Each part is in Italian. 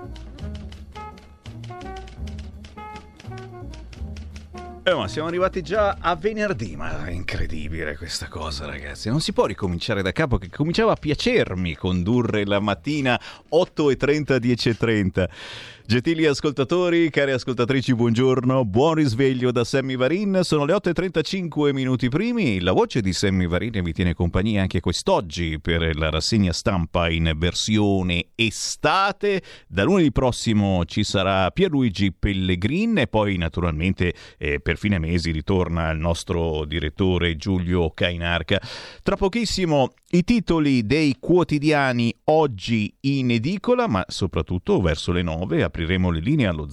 Ma siamo arrivati già a venerdì, ma è incredibile questa cosa, ragazzi. Non si può ricominciare da capo, che cominciava a piacermi condurre la mattina 8:30, 10:30. Gentili ascoltatori, cari ascoltatrici, buongiorno, buon risveglio da Sammy Varin. Sono le 8:35 minuti primi. La voce di Sammy Varin vi tiene compagnia anche quest'oggi per la rassegna stampa in versione estate. Da lunedì prossimo ci sarà Pierluigi Pellegrin e poi naturalmente per fine mesi ritorna il nostro direttore Giulio Cainarca. Tra pochissimo i titoli dei quotidiani oggi in edicola, ma soprattutto verso le 9 apriremo le linee allo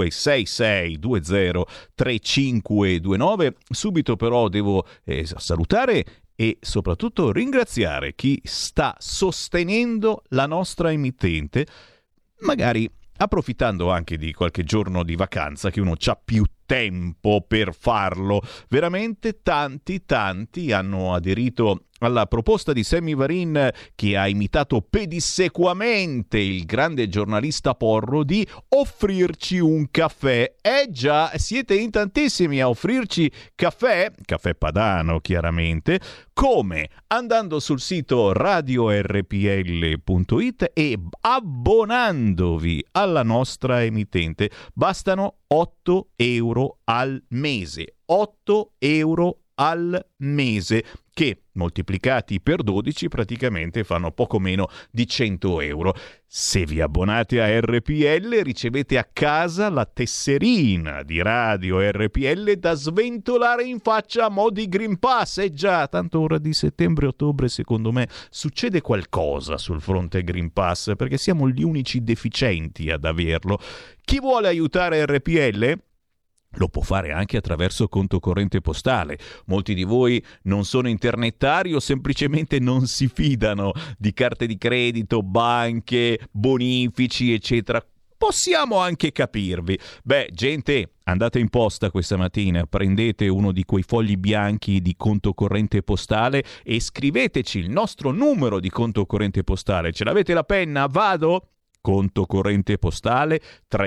0266203529. Subito però devo salutare e soprattutto ringraziare chi sta sostenendo la nostra emittente, magari approfittando anche di qualche giorno di vacanza che uno c'ha più tempo per farlo. Veramente tanti hanno aderito alla proposta di Sammy Varin, che ha imitato pedissequamente il grande giornalista Porro, di offrirci un caffè. Già, siete in tantissimi a offrirci caffè padano chiaramente. Come? Andando sul sito radiorpl.it e abbonandovi alla nostra emittente. Bastano 8 euro al mese. 8 euro al mese, che moltiplicati per 12 praticamente fanno poco meno di 100 euro. Se vi abbonate a RPL ricevete a casa la tesserina di Radio RPL da sventolare in faccia a mo' di Green Pass. Già, tanto ora di settembre-ottobre secondo me succede qualcosa sul fronte Green Pass, perché siamo gli unici deficienti ad averlo. Chi vuole aiutare RPL lo può fare anche attraverso conto corrente postale. Molti di voi non sono internettari o semplicemente non si fidano di carte di credito, banche, bonifici, eccetera. Possiamo anche capirvi. Gente, andate in posta questa mattina, prendete uno di quei fogli bianchi di conto corrente postale e scriveteci il nostro numero di conto corrente postale. Ce l'avete la penna? Vado? Conto corrente postale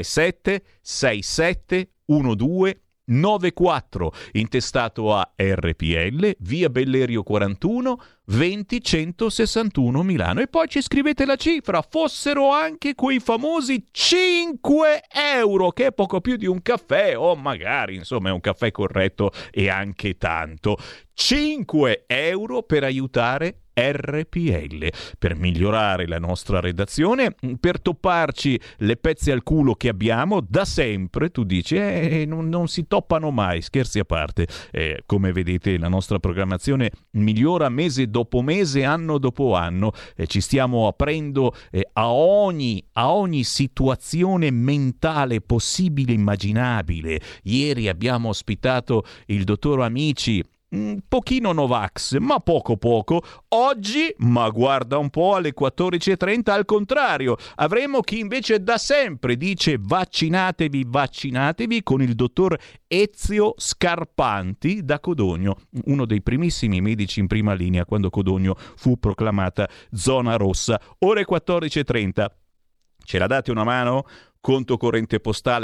37671294, intestato a RPL, via Bellerio 41, 20161 Milano. E poi ci scrivete la cifra, fossero anche quei famosi 5 euro, che è poco più di un caffè, o magari insomma è un caffè corretto e anche tanto. 5 euro per aiutare RPL, per migliorare la nostra redazione, per topparci le pezze al culo che abbiamo da sempre. Tu dici non si toppano mai, scherzi a parte. Come vedete la nostra programmazione migliora mese dopo mese, anno dopo anno. Ci stiamo aprendo a ogni situazione mentale possibile e immaginabile. Ieri abbiamo ospitato il dottor Amici, un pochino Novax, ma poco. Oggi, ma guarda un po', alle 14:30 al contrario, avremo chi invece da sempre dice vaccinatevi con il dottor Ezio Scarpanti da Codogno, uno dei primissimi medici in prima linea quando Codogno fu proclamata zona rossa. Ore 14:30. Ce la date una mano? Conto corrente postale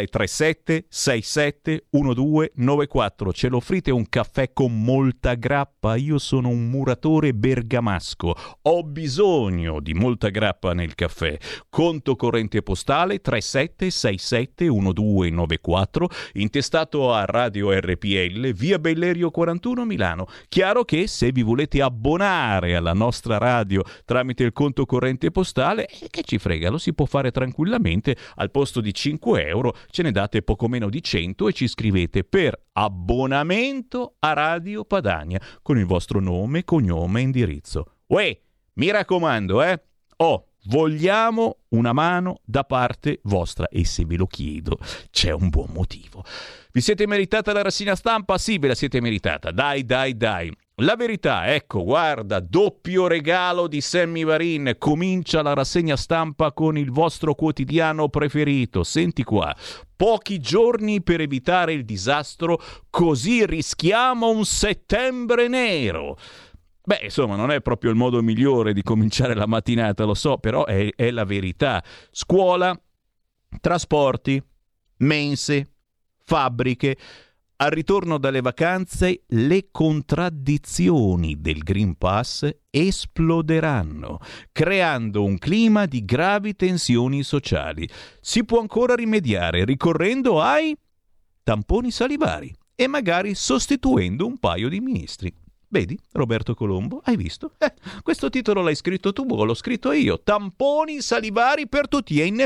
37671294. Ce lo offrite un caffè con molta grappa? Io sono un muratore bergamasco, ho bisogno di molta grappa nel caffè. Conto corrente postale 37671294, intestato a Radio RPL, via Bellerio 41 Milano. Chiaro che se vi volete abbonare alla nostra radio tramite il conto corrente postale, che ci frega, lo si può fare tranquillamente. Al posto di 5 euro ce ne date poco meno di 100 e ci scrivete per abbonamento a Radio Padania con il vostro nome, cognome e indirizzo. Mi raccomando, vogliamo una mano da parte vostra, e se ve lo chiedo c'è un buon motivo. Vi siete meritata la rassegna stampa? Sì, ve la siete meritata. Dai. La verità, ecco, guarda, doppio regalo di Sammy Varin. Comincia la rassegna stampa con il vostro quotidiano preferito. Senti qua. Pochi giorni per evitare il disastro, così rischiamo un settembre nero. Insomma, non è proprio il modo migliore di cominciare la mattinata, lo so, però è la verità. Scuola, trasporti, mense, fabbriche. Al ritorno dalle vacanze le contraddizioni del Green Pass esploderanno, creando un clima di gravi tensioni sociali. Si può ancora rimediare ricorrendo ai tamponi salivari e magari sostituendo un paio di ministri. Vedi, Roberto Colombo, hai visto? Questo titolo l'hai scritto tu, l'ho scritto io. Tamponi salivari per tutti. E in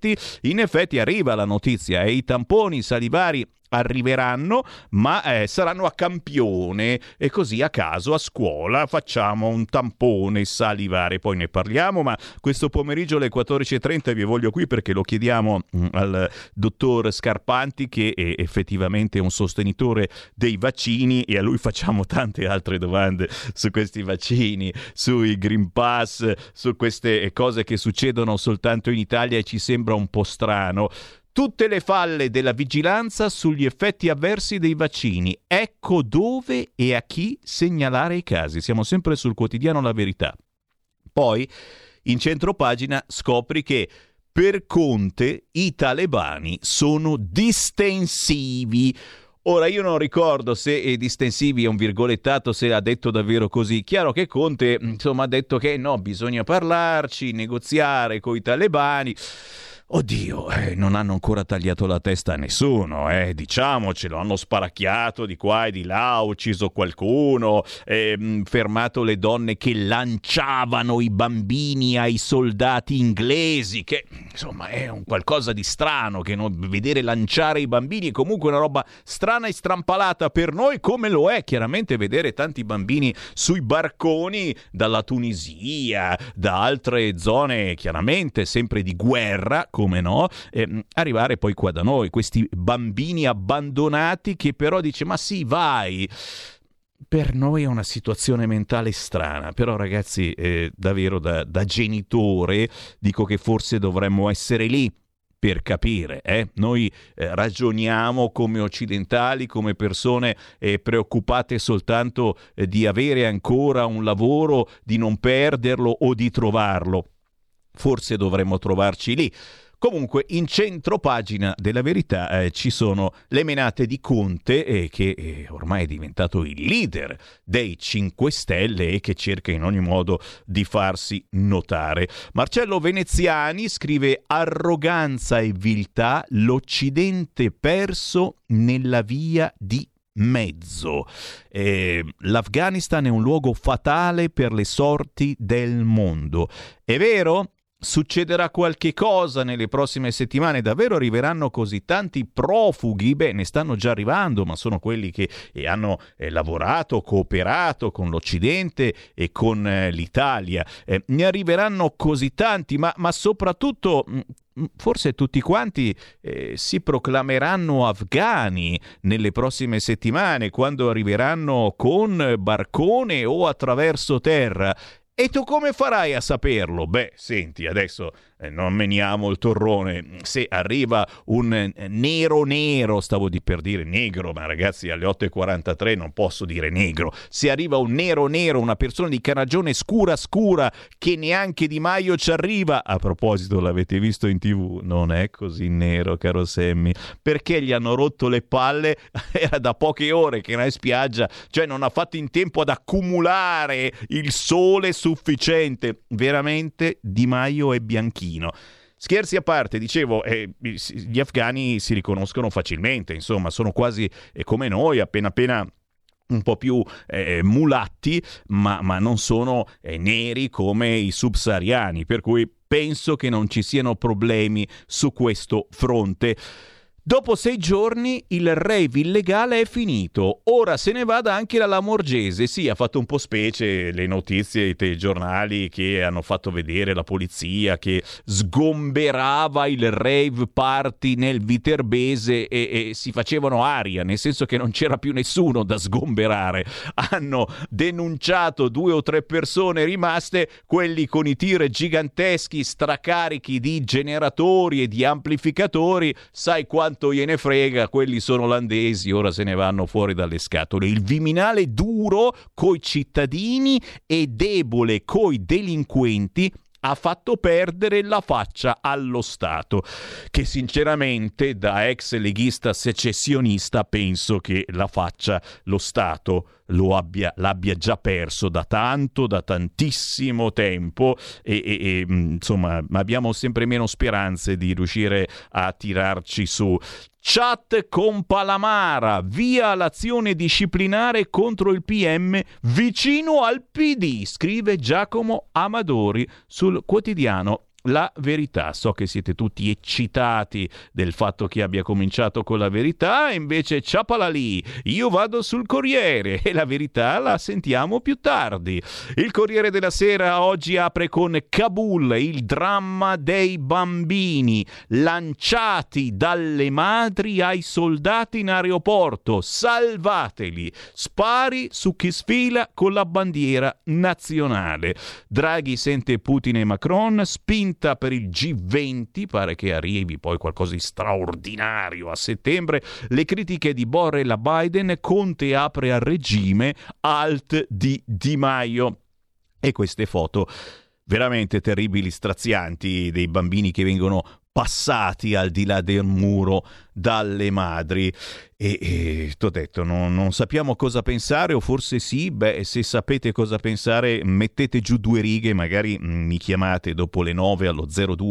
effetti arriva la notizia e i tamponi salivari arriveranno, ma saranno a campione, e così a caso a scuola facciamo un tampone salivare. Poi ne parliamo, ma questo pomeriggio alle 14.30 vi voglio qui perché lo chiediamo al dottor Scarpanti, che è effettivamente un sostenitore dei vaccini, e a lui facciamo tante altre domande su questi vaccini, sui Green Pass, su queste cose che succedono soltanto in Italia e ci sembra un po' strano. Tutte le falle della vigilanza sugli effetti avversi dei vaccini. Ecco dove e a chi segnalare i casi. Siamo sempre sul quotidiano La Verità. Poi, in centropagina, scopri che per Conte i talebani sono distensivi. Ora, io non ricordo se distensivi è un virgolettato, se ha detto davvero così. Chiaro che Conte, insomma, ha detto che no, bisogna parlarci, negoziare con i talebani. Oddio, non hanno ancora tagliato la testa a nessuno, diciamocelo, hanno sparacchiato di qua e di là, ucciso qualcuno, fermato le donne che lanciavano i bambini ai soldati inglesi, che insomma è un qualcosa di strano, che vedere lanciare i bambini è comunque una roba strana e strampalata per noi, come lo è chiaramente vedere tanti bambini sui barconi dalla Tunisia, da altre zone chiaramente sempre di guerra, come no, arrivare poi qua da noi, questi bambini abbandonati che però dice ma sì vai. Per noi è una situazione mentale strana, però ragazzi davvero da genitore dico che forse dovremmo essere lì per capire, Noi ragioniamo come occidentali, come persone preoccupate soltanto di avere ancora un lavoro, di non perderlo o di trovarlo. Forse dovremmo trovarci lì. Comunque, in centropagina della Verità ci sono le menate di Conte, che ormai è diventato il leader dei 5 Stelle e che cerca in ogni modo di farsi notare. Marcello Veneziani scrive: arroganza e viltà, l'Occidente perso nella via di mezzo. L'Afghanistan è un luogo fatale per le sorti del mondo. È vero? Succederà qualche cosa nelle prossime settimane? Davvero arriveranno così tanti profughi? Beh, ne stanno già arrivando, ma sono quelli che hanno lavorato, cooperato con l'Occidente e con l'Italia. Ne arriveranno così tanti, ma soprattutto forse tutti quanti si proclameranno afghani nelle prossime settimane, quando arriveranno con barcone o attraverso terra. E tu come farai a saperlo? Beh, senti, adesso non meniamo il torrone. Se arriva un nero, stavo per dire negro, ma ragazzi alle 8.43 non posso dire negro. Se arriva un nero, una persona di carnagione scura, che neanche Di Maio ci arriva. A proposito, l'avete visto in TV? Non è così nero, caro Semmi. Perché gli hanno rotto le palle? Era da poche ore che era in spiaggia, cioè non ha fatto in tempo ad accumulare il sole sufficiente. Veramente Di Maio è bianchino. Scherzi a parte, dicevo, gli afghani si riconoscono facilmente, insomma, sono quasi come noi, appena un po' più mulatti, ma non sono neri come i subsahariani, per cui penso che non ci siano problemi su questo fronte. Dopo 6 giorni il rave illegale è finito, ora se ne vada anche la Lamorgese. Sì, ha fatto un po' specie le notizie ai telegiornali che hanno fatto vedere la polizia che sgomberava il rave party nel Viterbese e si facevano aria, nel senso che non c'era più nessuno da sgomberare. Hanno denunciato 2 o 3 persone rimaste, quelli con i tir giganteschi stracarichi di generatori e di amplificatori, sai quanto gliene frega, quelli sono olandesi, ora se ne vanno fuori dalle scatole. Il Viminale duro coi cittadini e debole coi delinquenti ha fatto perdere la faccia allo Stato, che sinceramente da ex leghista secessionista penso che la faccia lo Stato l'abbia già perso da tantissimo tempo e insomma abbiamo sempre meno speranze di riuscire a tirarci su. Chat con Palamara, via l'azione disciplinare contro il PM vicino al PD, scrive Giacomo Amadori sul quotidiano La Verità. So che siete tutti eccitati del fatto che abbia cominciato con La Verità, invece ciapala lì, io vado sul Corriere e La Verità la sentiamo più tardi. Il Corriere della Sera oggi apre con Kabul, il dramma dei bambini lanciati dalle madri ai soldati in aeroporto, salvateli, spari su chi sfila con la bandiera nazionale. Draghi sente Putin e Macron, spinta per il G20, pare che arrivi poi qualcosa di straordinario a settembre, le critiche di Borrell a Biden, Conte apre al regime, alt di Di Maio. E queste foto veramente terribili, strazianti, dei bambini che vengono passati al di là del muro dalle madri e t'ho detto non sappiamo cosa pensare, o forse sì. Se sapete cosa pensare mettete giù 2 righe, magari mi chiamate dopo le 9 allo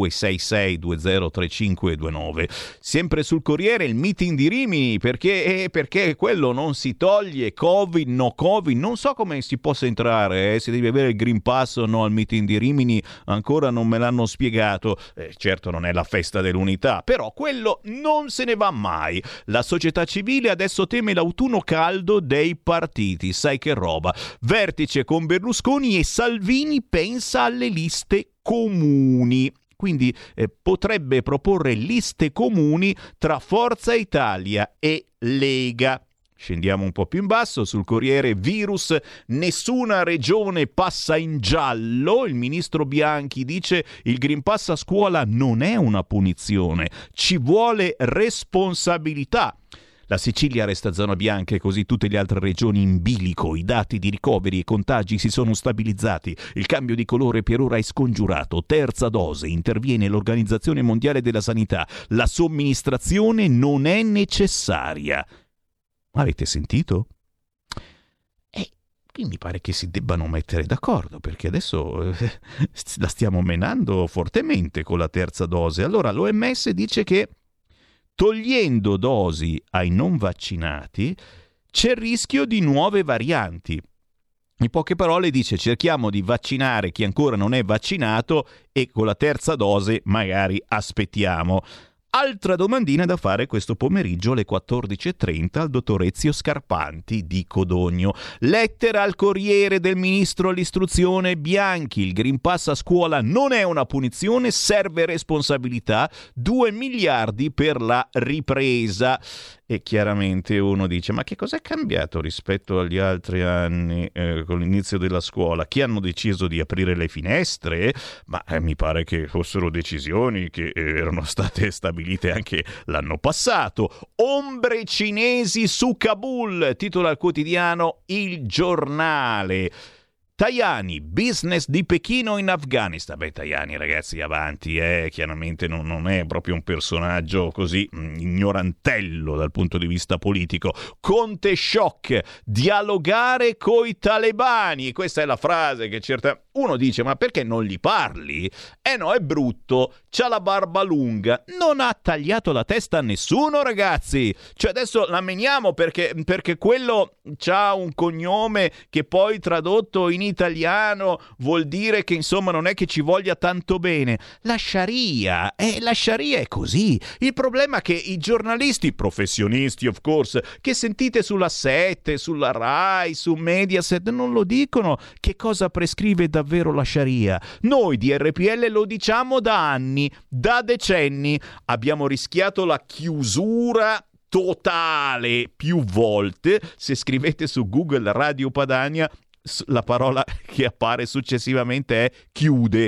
0266203529. Sempre sul Corriere il meeting di Rimini, perché quello non si toglie, Covid, no Covid, non so come si possa entrare, se devi avere il Green Pass o no al meeting di Rimini, ancora non me l'hanno spiegato. Certo non è la festa dell'unità, però quello non se ne va mai. La società civile adesso teme l'autunno caldo dei partiti, sai che roba. Vertice con Berlusconi e Salvini pensa alle liste comuni. Quindi potrebbe proporre liste comuni tra Forza Italia e Lega. Scendiamo un po' più in basso, sul Corriere virus, nessuna regione passa in giallo, il ministro Bianchi dice il Green Pass a scuola non è una punizione, ci vuole responsabilità. La Sicilia resta zona bianca e così tutte le altre regioni in bilico. I dati di ricoveri e contagi si sono stabilizzati. Il cambio di colore per ora è scongiurato. Terza dose. Interviene l'Organizzazione Mondiale della Sanità. La somministrazione non è necessaria. Avete sentito? Qui mi pare che si debbano mettere d'accordo, perché adesso la stiamo menando fortemente con la terza dose. Allora l'OMS dice che togliendo dosi ai non vaccinati c'è il rischio di nuove varianti. In poche parole dice cerchiamo di vaccinare chi ancora non è vaccinato e con la terza dose magari aspettiamo. Altra domandina da fare questo pomeriggio alle 14.30 al dottor Ezio Scarpanti di Codogno. Lettera al Corriere del ministro all'istruzione Bianchi. Il Green Pass a scuola non è una punizione, serve responsabilità. 2 miliardi per la ripresa. E chiaramente uno dice ma che cos'è cambiato rispetto agli altri anni con l'inizio della scuola? Chi hanno deciso di aprire le finestre? Ma mi pare che fossero decisioni che erano state stabilite anche l'anno passato. Ombre cinesi su Kabul, titola il quotidiano Il Giornale. Tajani, business di Pechino in Afghanistan. Tajani ragazzi avanti, chiaramente non è proprio un personaggio così ignorantello dal punto di vista politico. Conte shock, dialogare coi talebani. E questa è la frase che uno dice ma perché non gli parli? No, è brutto, c'ha la barba lunga, non ha tagliato la testa a nessuno ragazzi. Cioè adesso la meniamo perché quello c'ha un cognome che poi tradotto in italiano vuol dire che insomma non è che ci voglia tanto bene. La Sharia è così. Il problema è che i giornalisti professionisti of course che sentite sulla 7, sulla Rai, su Mediaset non lo dicono che cosa prescrive davvero la Sharia. Noi di RPL lo diciamo da anni, da decenni. Abbiamo rischiato la chiusura totale più volte. Se scrivete su Google Radio Padania la parola che appare successivamente è chiude,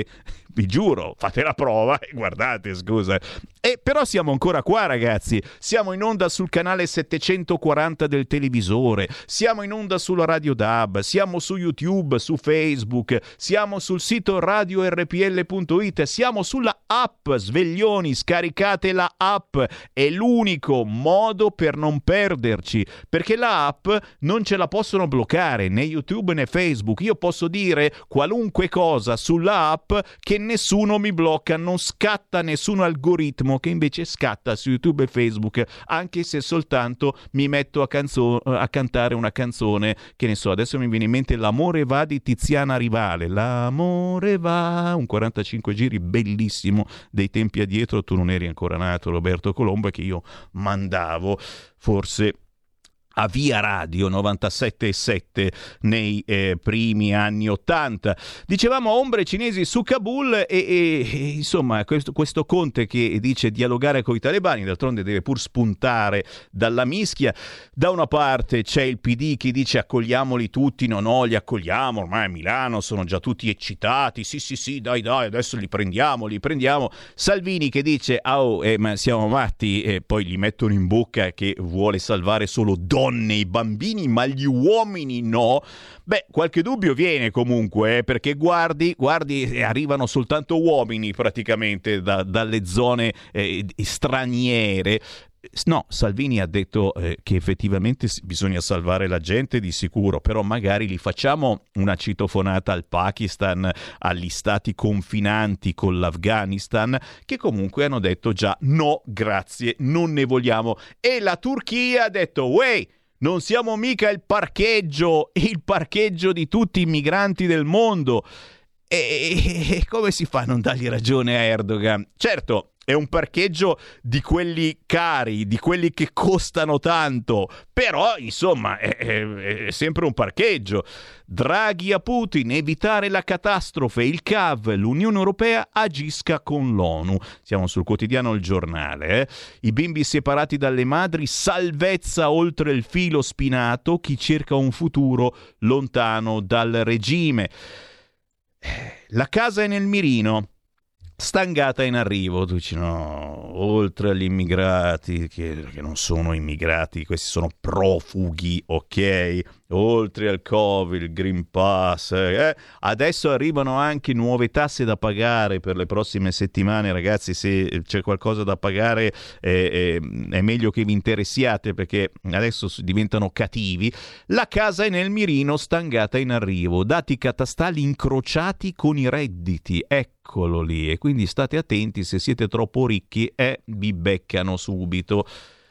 vi giuro, fate la prova e guardate, scusa. E però siamo ancora qua, ragazzi, siamo in onda sul canale 740 del televisore, siamo in onda sulla Radio DAB, siamo su YouTube, su Facebook, siamo sul sito radiorpl.it, siamo sulla app, sveglioni, scaricate la app, è l'unico modo per non perderci, perché la app non ce la possono bloccare né YouTube né Facebook. Io posso dire qualunque cosa sulla app che nessuno mi blocca, non scatta nessun algoritmo che invece scatta su YouTube e Facebook, anche se soltanto mi metto a cantare una canzone, che ne so, adesso mi viene in mente L'amore va di Tiziana Rivale, l'amore va, un 45 giri bellissimo dei tempi addietro, tu non eri ancora nato, Roberto Colombo, che io mandavo forse a Via Radio 97.7 nei primi anni 80. Dicevamo ombre cinesi su Kabul e insomma questo Conte che dice dialogare con i talebani, d'altronde deve pur spuntare dalla mischia. Da una parte c'è il PD che dice accogliamoli tutti, no, li accogliamo, ormai a Milano sono già tutti eccitati, sì, dai, adesso li prendiamo. Salvini che dice ma siamo matti, e poi gli mettono in bocca che vuole salvare solo donne, i bambini, ma gli uomini no. Beh, qualche dubbio viene comunque, perché guardi, arrivano soltanto uomini praticamente dalle zone straniere. No, Salvini ha detto che effettivamente bisogna salvare la gente di sicuro, però magari li facciamo una citofonata al Pakistan, agli stati confinanti con l'Afghanistan, che comunque hanno detto già no, grazie, non ne vogliamo. E la Turchia ha detto, non siamo mica il parcheggio di tutti i migranti del mondo. E come si fa a non dargli ragione a Erdogan? Certo, è un parcheggio di quelli cari, di quelli che costano tanto, però insomma è sempre un parcheggio. Draghi a Putin, evitare la catastrofe, il CAV, l'Unione Europea agisca con l'ONU. Siamo sul quotidiano Il Giornale. I bimbi separati dalle madri, salvezza oltre il filo spinato, chi cerca un futuro lontano dal regime. La casa è nel mirino, stangata in arrivo. Tu dici no, oltre agli immigrati che non sono immigrati, questi sono profughi, ok? Oltre al Covid, il Green Pass, adesso arrivano anche nuove tasse da pagare per le prossime settimane, ragazzi. Se c'è qualcosa da pagare è meglio che vi interessiate, perché adesso diventano cattivi. La casa è nel mirino, stangata in arrivo, dati catastali incrociati con i redditi, eccolo lì, e quindi state attenti, se siete troppo ricchi vi beccano subito.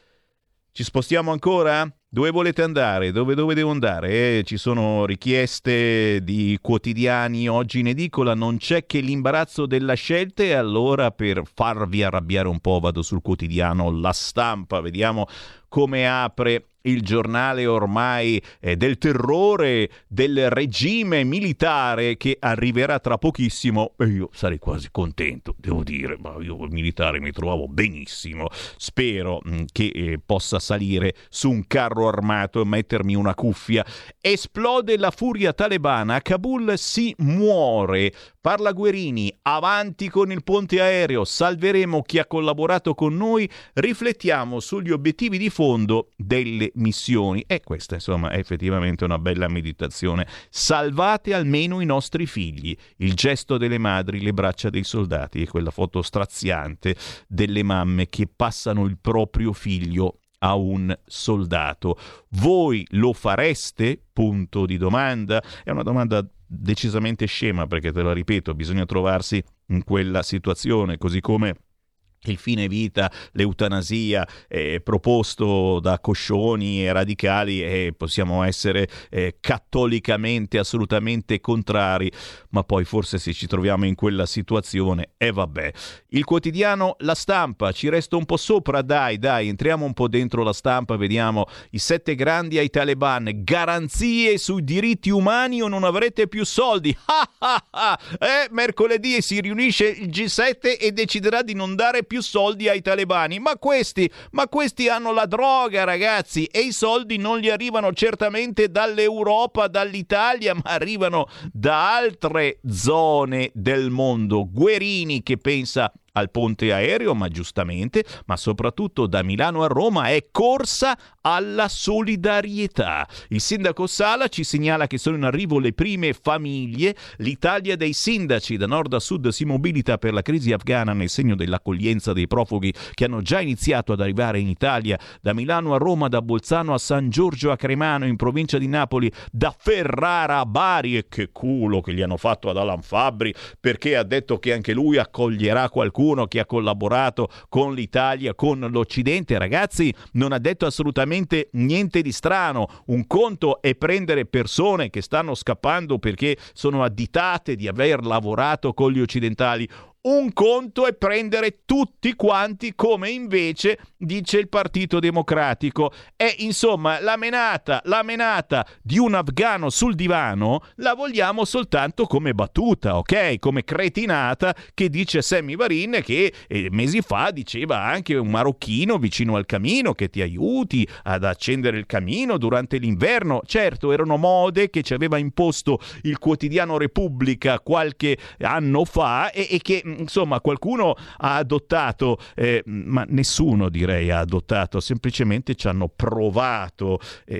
Ci spostiamo ancora? Dove volete andare? Dove devo andare? Ci sono richieste di quotidiani oggi in edicola, non c'è che l'imbarazzo della scelta, e allora per farvi arrabbiare un po' vado sul quotidiano La Stampa, vediamo come apre il giornale ormai del terrore del regime militare che arriverà tra pochissimo, e io sarei quasi contento, devo dire, ma io il militare mi trovavo benissimo. Spero che possa salire su un carro armato e mettermi una cuffia. Esplode la furia talebana, a Kabul si muore. Parla Guerini, avanti con il ponte aereo, salveremo chi ha collaborato con noi, riflettiamo sugli obiettivi di fondo delle missioni. E questa insomma è effettivamente una bella meditazione. Salvate almeno i nostri figli. Il gesto delle madri, le braccia dei soldati, e quella foto straziante delle mamme che passano il proprio figlio a un soldato. Voi lo fareste? Punto di domanda. È una domanda decisamente scema, perché te la ripeto, bisogna trovarsi in quella situazione, così come il fine vita, l'eutanasia proposto da coscioni e radicali, e possiamo essere cattolicamente assolutamente contrari, ma poi forse se ci troviamo in quella situazione, vabbè. Il quotidiano La Stampa ci resta un po' sopra, dai, entriamo un po' dentro La Stampa, vediamo i 7 grandi ai taliban, garanzie sui diritti umani o non avrete più soldi. Mercoledì si riunisce il G7 e deciderà di non dare più soldi ai talebani. Ma questi hanno la droga, ragazzi, e i soldi non gli arrivano certamente dall'Europa, dall'Italia, ma arrivano da altre zone del mondo. Guerini che pensa al ponte aereo, ma giustamente, ma soprattutto da Milano a Roma è corsa alla solidarietà. Il sindaco Sala ci segnala che sono in arrivo le prime famiglie. L'Italia dei sindaci da nord a sud si mobilita per la crisi afghana nel segno dell'accoglienza dei profughi che hanno già iniziato ad arrivare in Italia, da Milano a Roma, da Bolzano a San Giorgio a Cremano in provincia di Napoli, da Ferrara a Bari. E che culo che gli hanno fatto ad Alan Fabbri, perché ha detto che anche lui accoglierà qualcuno che ha collaborato con l'Italia, con l'Occidente. Ragazzi, non ha detto assolutamente niente di strano. Un conto è prendere persone che stanno scappando perché sono additate di aver lavorato con gli occidentali. Un conto è prendere tutti quanti, come invece dice il Partito Democratico. E insomma, la menata di un afghano sul divano la vogliamo soltanto come battuta, ok? Come cretinata che dice Sammy Varin, che mesi fa diceva anche un marocchino vicino al camino che ti aiuti ad accendere il camino durante l'inverno. Certo, erano mode che ci aveva imposto il quotidiano Repubblica qualche anno fa e che insomma qualcuno ha adottato, ma nessuno direi ha adottato, semplicemente ci hanno provato,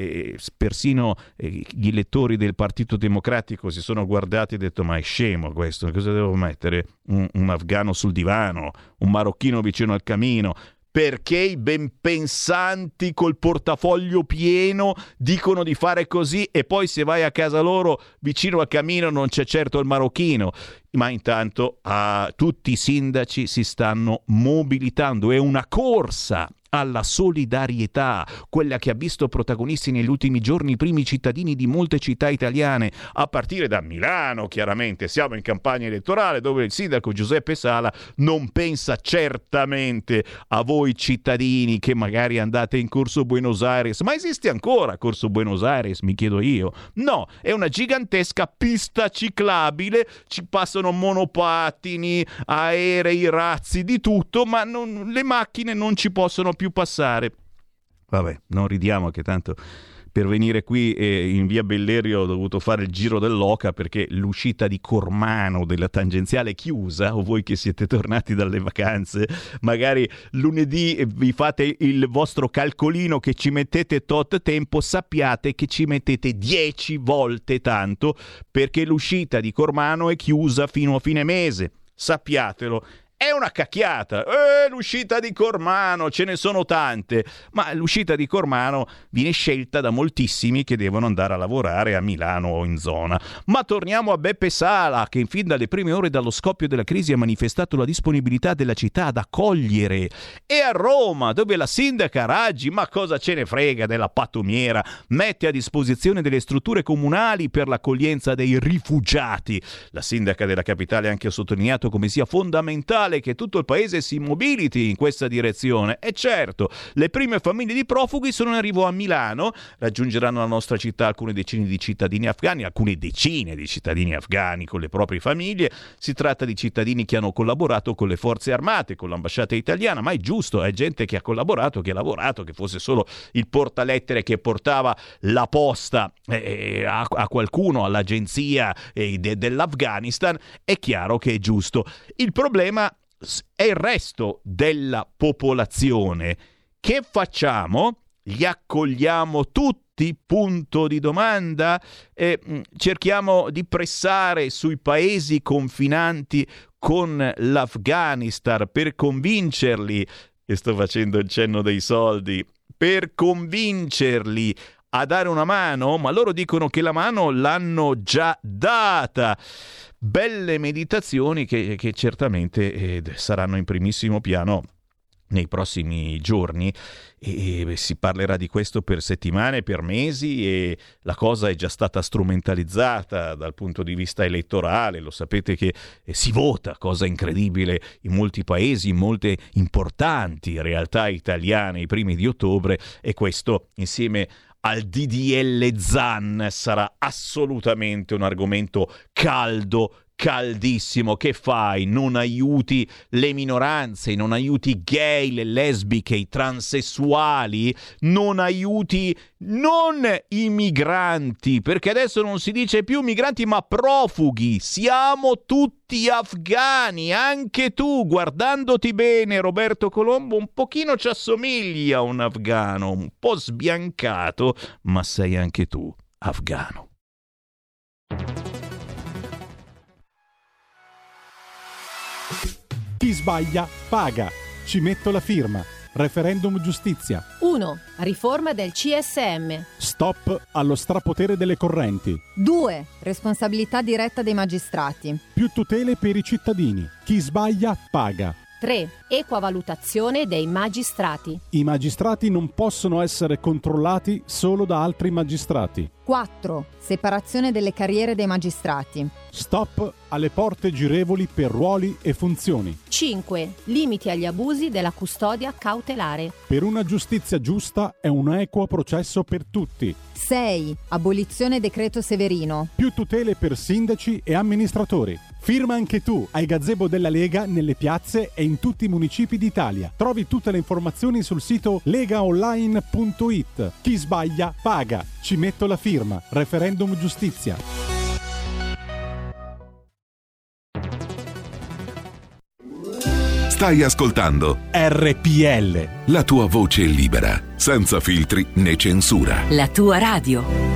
persino gli elettori del Partito Democratico si sono guardati e detto ma è scemo questo, cosa devo mettere? Un afghano sul divano, un marocchino vicino al camino? Perché i ben pensanti col portafoglio pieno dicono di fare così e poi se vai a casa loro vicino al camino non c'è certo il marocchino. Ma intanto tutti i sindaci si stanno mobilitando, è una corsa alla solidarietà, quella che ha visto protagonisti negli ultimi giorni i primi cittadini di molte città italiane, a partire da Milano. Chiaramente siamo in campagna elettorale dove il sindaco Giuseppe Sala non pensa certamente a voi cittadini che magari andate in Corso Buenos Aires. Ma esiste ancora Corso Buenos Aires, mi chiedo io? No, è una gigantesca pista ciclabile, ci passano monopattini, aerei, razzi, di tutto, ma le macchine non ci possono più passare. Vabbè, non ridiamo, che tanto per venire qui in via Bellerio ho dovuto fare il giro dell'Oca perché l'uscita di Cormano della tangenziale è chiusa, o voi che siete tornati dalle vacanze magari lunedì vi fate il vostro calcolino che ci mettete tot tempo, sappiate che ci mettete 10 volte tanto perché l'uscita di Cormano è chiusa fino a fine mese, sappiatelo. È una cacchiata, l'uscita di Cormano, ce ne sono tante, ma l'uscita di Cormano viene scelta da moltissimi che devono andare a lavorare a Milano o in zona. Ma torniamo a Beppe Sala, che fin dalle prime ore dallo scoppio della crisi ha manifestato la disponibilità della città ad accogliere. E a Roma, dove la sindaca Raggi, ma cosa ce ne frega della pattumiera, mette a disposizione delle strutture comunali per l'accoglienza dei rifugiati. La sindaca della capitale ha anche sottolineato come sia fondamentale che tutto il paese si mobiliti in questa direzione. E certo, le prime famiglie di profughi sono in arrivo a Milano, raggiungeranno la nostra città alcune decine di cittadini afghani con le proprie famiglie. Si tratta di cittadini che hanno collaborato con le forze armate, con l'ambasciata italiana, ma è giusto, è gente che ha collaborato, che ha lavorato, che fosse solo il portalettere che portava la posta a qualcuno, all'agenzia dell'Afghanistan, è chiaro che è giusto. Il problema è il resto della popolazione. Che facciamo? Li accogliamo tutti? Punto di domanda. Cerchiamo di pressare sui paesi confinanti con l'Afghanistan per convincerli, e sto facendo il cenno dei soldi, per convincerli a dare una mano, ma loro dicono che la mano l'hanno già data. Belle meditazioni che certamente saranno in primissimo piano nei prossimi giorni, e si parlerà di questo per settimane, per mesi, e la cosa è già stata strumentalizzata dal punto di vista elettorale. Lo sapete che si vota, cosa incredibile, in molti paesi, in molte importanti realtà italiane i primi di ottobre, e questo insieme al DDL Zan sarà assolutamente un argomento caldo caldissimo. Che fai? Non aiuti le minoranze, non aiuti i gay, le lesbiche, i transessuali, non aiuti non i migranti, perché adesso non si dice più migranti ma profughi. Siamo tutti afghani, anche tu, guardandoti bene, Roberto Colombo, un pochino ci assomigli a un afghano, un po' sbiancato, ma sei anche tu afghano. Chi sbaglia paga. Ci metto la firma. Referendum giustizia. 1. Riforma del CSM. Stop allo strapotere delle correnti. 2. Responsabilità diretta dei magistrati. Più tutele per i cittadini. Chi sbaglia paga. 3. Equa valutazione dei magistrati. I magistrati non possono essere controllati solo da altri magistrati. 4. Separazione delle carriere dei magistrati. Stop alle porte girevoli per ruoli e funzioni. 5. Limiti agli abusi della custodia cautelare. Per una giustizia giusta e un equo processo per tutti. 6. Abolizione decreto Severino. Più tutele per sindaci e amministratori. Firma anche tu ai gazebo della Lega nelle piazze e in tutti i municipi d'Italia. Trovi tutte le informazioni sul sito legaonline.it. Chi sbaglia paga. Ci metto la firma. Referendum giustizia. Stai ascoltando RPL. la tua voce libera, senza filtri né censura. La tua radio.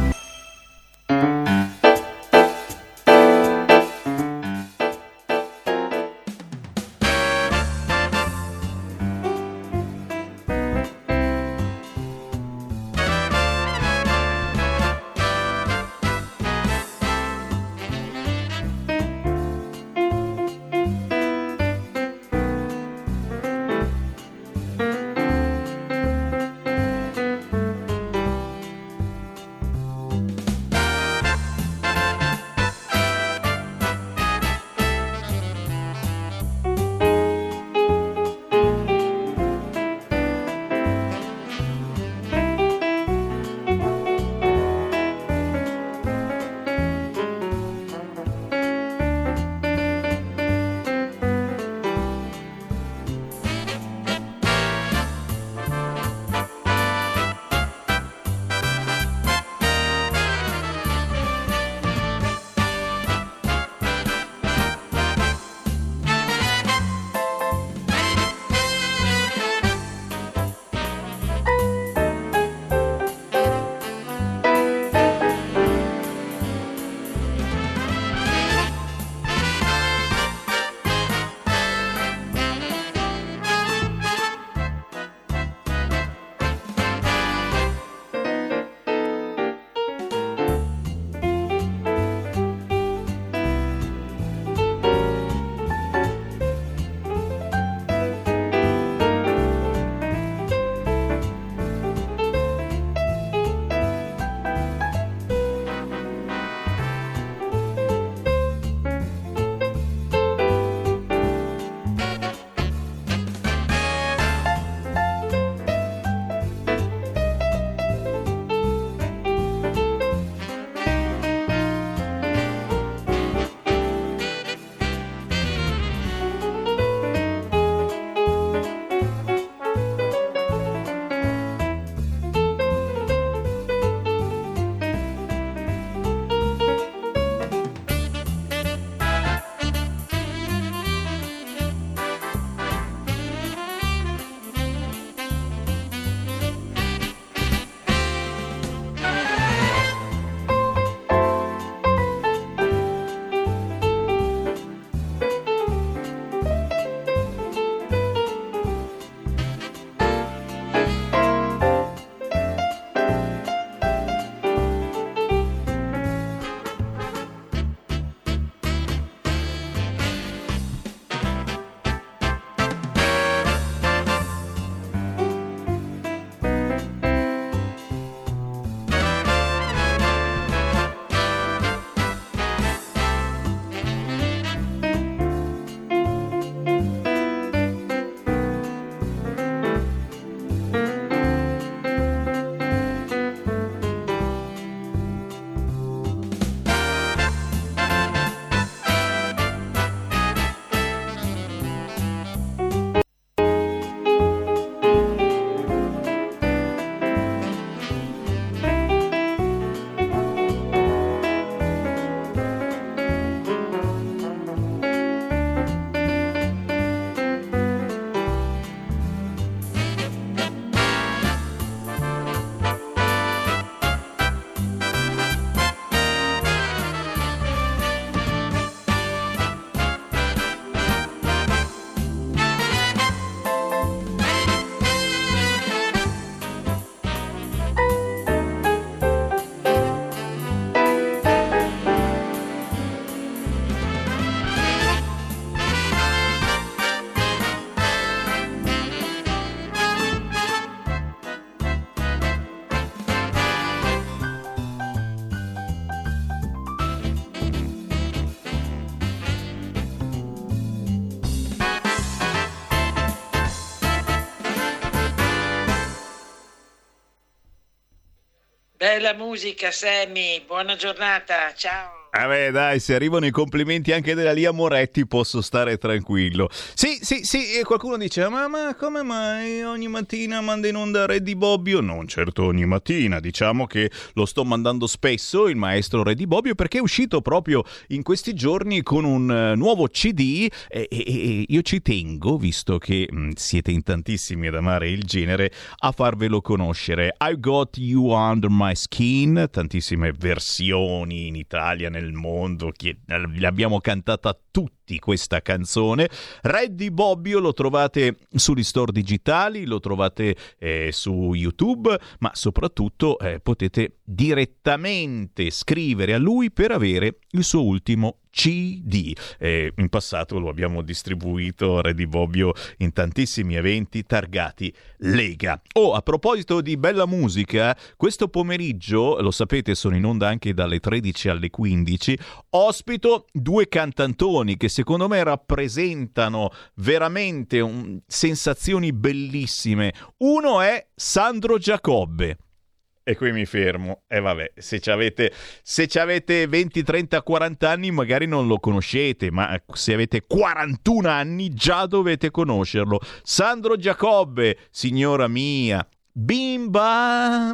Bella musica, Sammy, buona giornata, ciao. Vabbè, dai, se arrivano i complimenti anche della Lia Moretti posso stare tranquillo. Sì, e qualcuno dice, ma come mai ogni mattina manda in onda Re di Bobbio? Non certo ogni mattina, diciamo che lo sto mandando spesso, il maestro Re di Bobbio, perché è uscito proprio in questi giorni con un nuovo CD e io ci tengo, visto che siete in tantissimi ad amare il genere, a farvelo conoscere. I Got You Under My Skin, tantissime versioni in Italia, nel mondo, che l'abbiamo cantata tutti questa canzone. Re di Bobbio lo trovate sugli store digitali, lo trovate su YouTube, ma soprattutto potete direttamente scrivere a lui per avere il suo ultimo CD. In passato lo abbiamo distribuito, Re di Bobbio, in tantissimi eventi targati Lega. A proposito di bella musica, questo pomeriggio, lo sapete, sono in onda anche dalle 13 alle 15, ospito due cantantoni che secondo me rappresentano veramente sensazioni bellissime. Uno è Sandro Giacobbe. E qui mi fermo. Vabbè, se ci avete 20, 30, 40 anni magari non lo conoscete, ma se avete 41 anni già dovete conoscerlo. Sandro Giacobbe, signora mia, Bimba,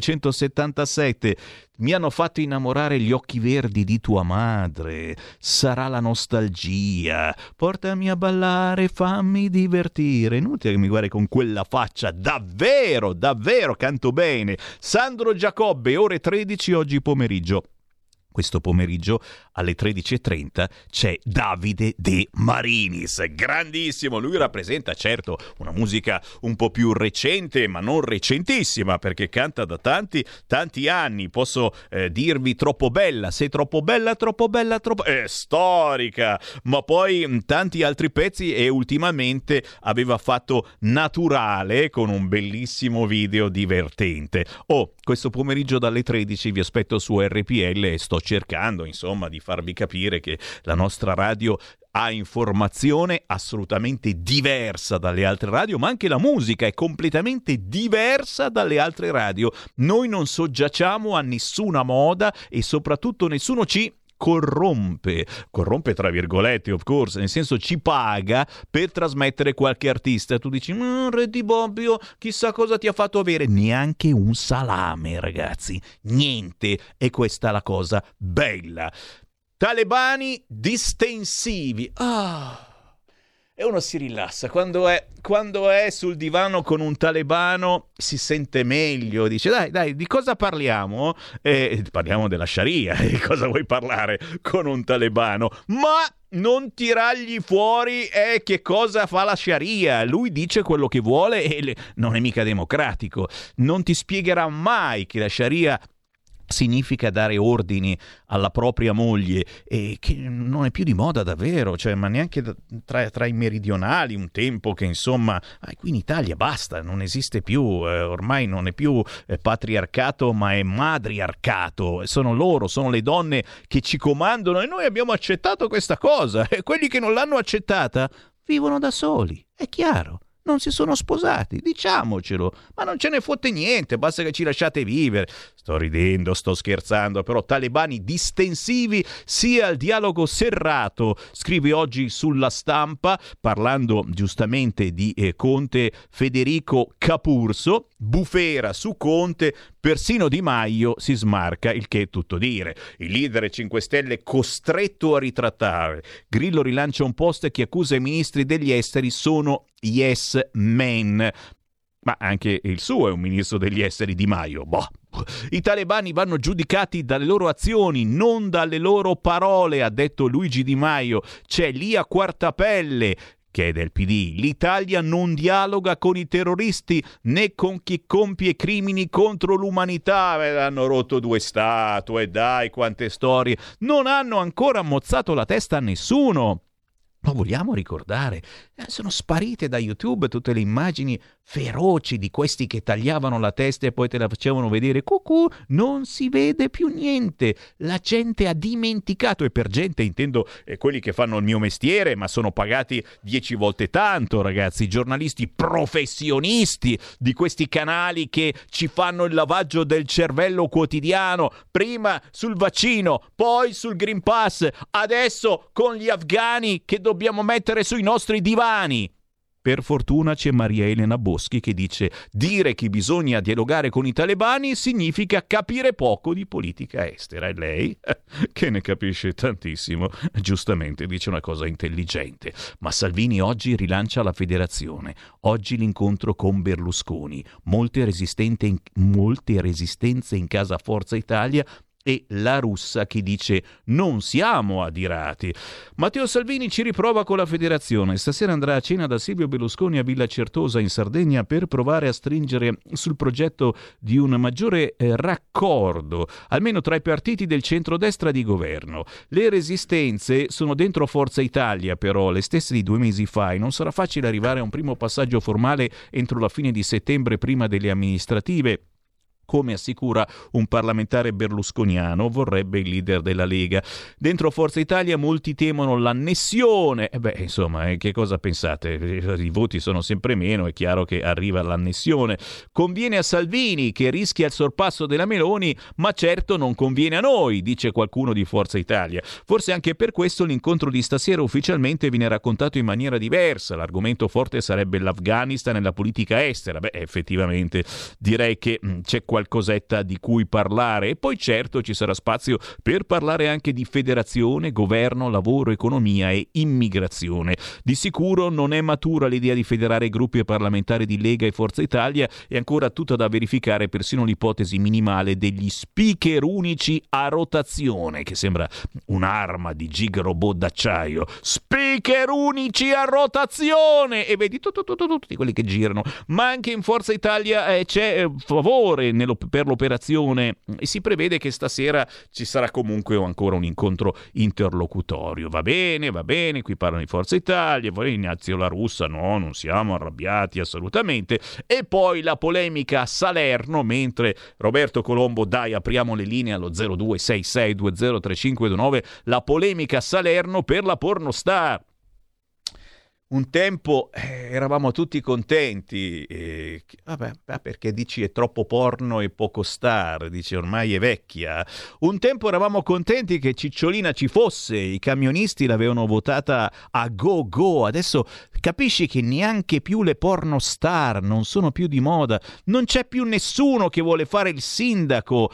1977. Mi hanno fatto innamorare gli occhi verdi di tua madre. Sarà la nostalgia. Portami a ballare, fammi divertire. Inutile che mi guardi con quella faccia. Davvero, davvero canto bene. Sandro Giacobbe, ore 13 oggi pomeriggio. Questo pomeriggio alle 13.30 c'è Davide De Marinis, grandissimo, lui rappresenta certo una musica un po' più recente, ma non recentissima, perché canta da tanti anni, posso dirvi troppo bella, sei troppo bella, storica, ma poi tanti altri pezzi, e ultimamente aveva fatto Naturale con un bellissimo video divertente. Questo pomeriggio dalle 13 vi aspetto su RPL e sto cercando, insomma, di farvi capire che la nostra radio ha informazione assolutamente diversa dalle altre radio, ma anche la musica è completamente diversa dalle altre radio. Noi non soggiacciamo a nessuna moda e soprattutto nessuno ci corrompe tra virgolette, of course, nel senso ci paga per trasmettere qualche artista. Tu dici, Re di Bobbio, chissà cosa ti ha fatto avere. Neanche un salame, ragazzi, niente. E questa è la cosa bella. Talebani distensivi. E uno si rilassa quando è sul divano con un talebano, si sente meglio, dice dai, di cosa parliamo? Parliamo della Sharia, di cosa vuoi parlare con un talebano? Ma non tirargli fuori che cosa fa la Sharia, lui dice quello che vuole e non è mica democratico, non ti spiegherà mai che la Sharia significa dare ordini alla propria moglie, e che non è più di moda davvero, ma neanche tra i meridionali, un tempo che insomma qui in Italia basta, non esiste più, ormai non è più patriarcato ma è madriarcato, sono le donne che ci comandano e noi abbiamo accettato questa cosa, e quelli che non l'hanno accettata vivono da soli, è chiaro. Non si sono sposati, diciamocelo, ma non ce ne fotte niente, basta che ci lasciate vivere. Sto ridendo, sto scherzando, però talebani distensivi sia al dialogo serrato, scrive oggi sulla Stampa, parlando giustamente di Conte, Federico Capurso, bufera su Conte, persino Di Maio si smarca, il che è tutto dire. Il leader 5 Stelle costretto a ritrattare. Grillo rilancia un post che accusa i ministri degli esteri sono yes men. Ma anche il suo è un ministro degli esteri, Di Maio. I talebani vanno giudicati dalle loro azioni, non dalle loro parole, ha detto Luigi Di Maio. C'è Lia Quartapelle, che è del PD. L'Italia non dialoga con i terroristi né con chi compie crimini contro l'umanità. Hanno rotto 2 statue, dai, quante storie. Non hanno ancora mozzato la testa a nessuno. Lo vogliamo ricordare? Sono sparite da YouTube tutte le immagini feroci di questi che tagliavano la testa e poi te la facevano vedere. Cucù, non si vede più niente. La gente ha dimenticato, e per gente intendo quelli che fanno il mio mestiere, ma sono pagati 10 volte tanto, ragazzi, giornalisti professionisti di questi canali che ci fanno il lavaggio del cervello quotidiano, prima sul vaccino, poi sul Green Pass, adesso con gli afghani che dobbiamo mettere sui nostri divani. Per fortuna c'è Maria Elena Boschi che dice: dire che bisogna dialogare con i talebani significa capire poco di politica estera. E lei, che ne capisce tantissimo, giustamente dice una cosa intelligente. Ma Salvini oggi rilancia la federazione. Oggi l'incontro con Berlusconi. Molte resistenze in casa Forza Italia. E la Russa che dice: non siamo adirati. Matteo Salvini ci riprova con la federazione. Stasera andrà a cena da Silvio Berlusconi a Villa Certosa in Sardegna per provare a stringere sul progetto di un maggiore raccordo, almeno tra i partiti del centrodestra di governo. Le resistenze sono dentro Forza Italia, però le stesse di 2 mesi fa, e non sarà facile arrivare a un primo passaggio formale entro la fine di settembre, prima delle amministrative, come assicura un parlamentare berlusconiano, vorrebbe il leader della Lega. Dentro Forza Italia molti temono l'annessione. Che cosa pensate? I voti sono sempre meno, è chiaro che arriva l'annessione. Conviene a Salvini, che rischia il sorpasso della Meloni, ma certo non conviene a noi, dice qualcuno di Forza Italia. Forse anche per questo l'incontro di stasera ufficialmente viene raccontato in maniera diversa. L'argomento forte sarebbe l'Afghanistan e la politica estera. Effettivamente direi che c'è qualcosetta di cui parlare, e poi certo ci sarà spazio per parlare anche di federazione, governo, lavoro, economia e immigrazione. Di sicuro non è matura l'idea di federare i gruppi parlamentari di Lega e Forza Italia, e ancora tutta da verificare persino l'ipotesi minimale degli speaker unici a rotazione, che sembra un'arma di gig robot d'acciaio. Speaker unici a rotazione, e vedi tutti quelli che girano. Ma anche in Forza Italia c'è favore per l'operazione, e si prevede che stasera ci sarà comunque ancora un incontro interlocutorio. Va bene, qui parlano di Forza Italia, poi Ignazio La Russa: no, non siamo arrabbiati assolutamente. E poi la polemica a Salerno, mentre Roberto Colombo, dai, apriamo le linee allo 0266203529, la polemica a Salerno per la pornostar. Un tempo eravamo tutti contenti, perché dici è troppo porno e poco star, dici ormai è vecchia. Un tempo eravamo contenti che Cicciolina ci fosse, i camionisti l'avevano votata a go, adesso capisci che neanche più le porno star non sono più di moda, non c'è più nessuno che vuole fare il sindaco,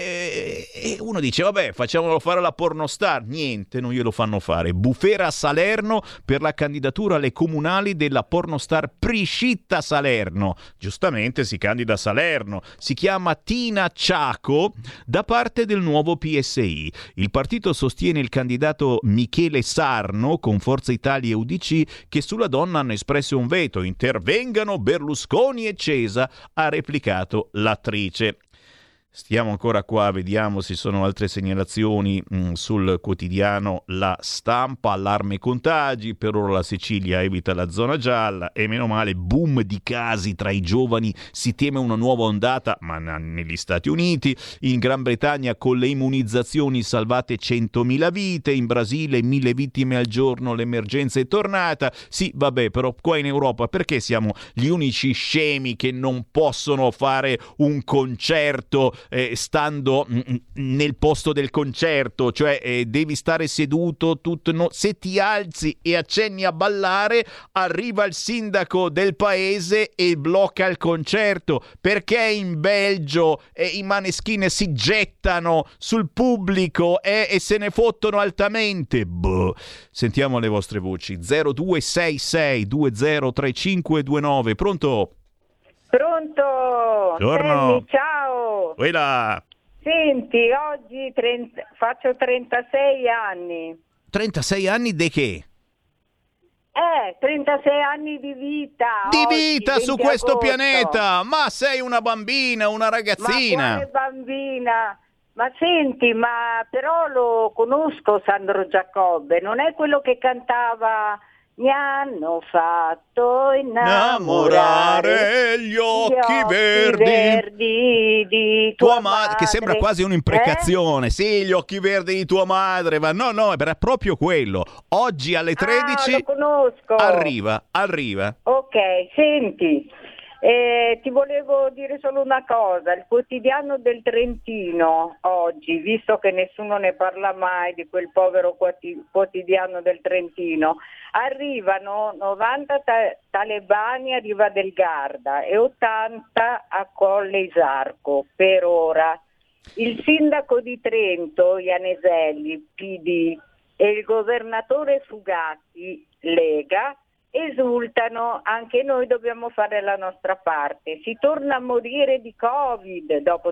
e uno dice facciamolo fare la pornostar. Niente, non glielo fanno fare. Bufera a Salerno per la candidatura alle comunali della pornostar Priscitta Salerno. Giustamente si candida a Salerno, si chiama Tina Ciaco, da parte del nuovo PSI. Il partito sostiene il candidato Michele Sarno con Forza Italia e UDC, che sulla donna hanno espresso un veto. Intervengano Berlusconi e Cesa, ha replicato l'attrice. Stiamo ancora qua, vediamo se sono altre segnalazioni sul quotidiano La Stampa. Allarme contagi, per ora la Sicilia evita la zona gialla, e meno male. Boom di casi tra i giovani, si teme una nuova ondata, ma negli Stati Uniti. In Gran Bretagna con le immunizzazioni salvate 100.000 vite, in Brasile 1.000 vittime al giorno, l'emergenza è tornata. Sì, però qua in Europa perché siamo gli unici scemi che non possono fare un concerto stando nel posto del concerto? Cioè devi stare seduto se ti alzi e accenni a ballare, arriva il sindaco del paese e blocca il concerto. Perché in Belgio i Maneskin si gettano sul pubblico e se ne fottono altamente? Sentiamo le vostre voci. 0266203529. Pronto? Buongiorno. Sammy, ciao. Quella. Senti, oggi faccio 36 anni. 36 anni di che? 36 anni di vita. Di oggi, vita su questo agosto. pianeta? Ma sei una bambina, una ragazzina? Ma quale bambina? Ma senti, ma però lo conosco Sandro Giacobbe, non è quello che cantava "Mi hanno fatto innamorare Gli occhi verdi di tua madre", che sembra quasi un'imprecazione. Sì, gli occhi verdi di tua madre, ma no, era proprio quello. Oggi alle 13 lo conosco. arriva. Ok, senti, ti volevo dire solo una cosa, il quotidiano del Trentino oggi, visto che nessuno ne parla mai di quel povero quotidiano del Trentino, arrivano 90 talebani a Riva del Garda e 80 a Colle Isarco per ora. Il sindaco di Trento, Ianeselli, PD, e il governatore Fugatti, Lega, esultano, anche noi dobbiamo fare la nostra parte. Si torna a morire di Covid dopo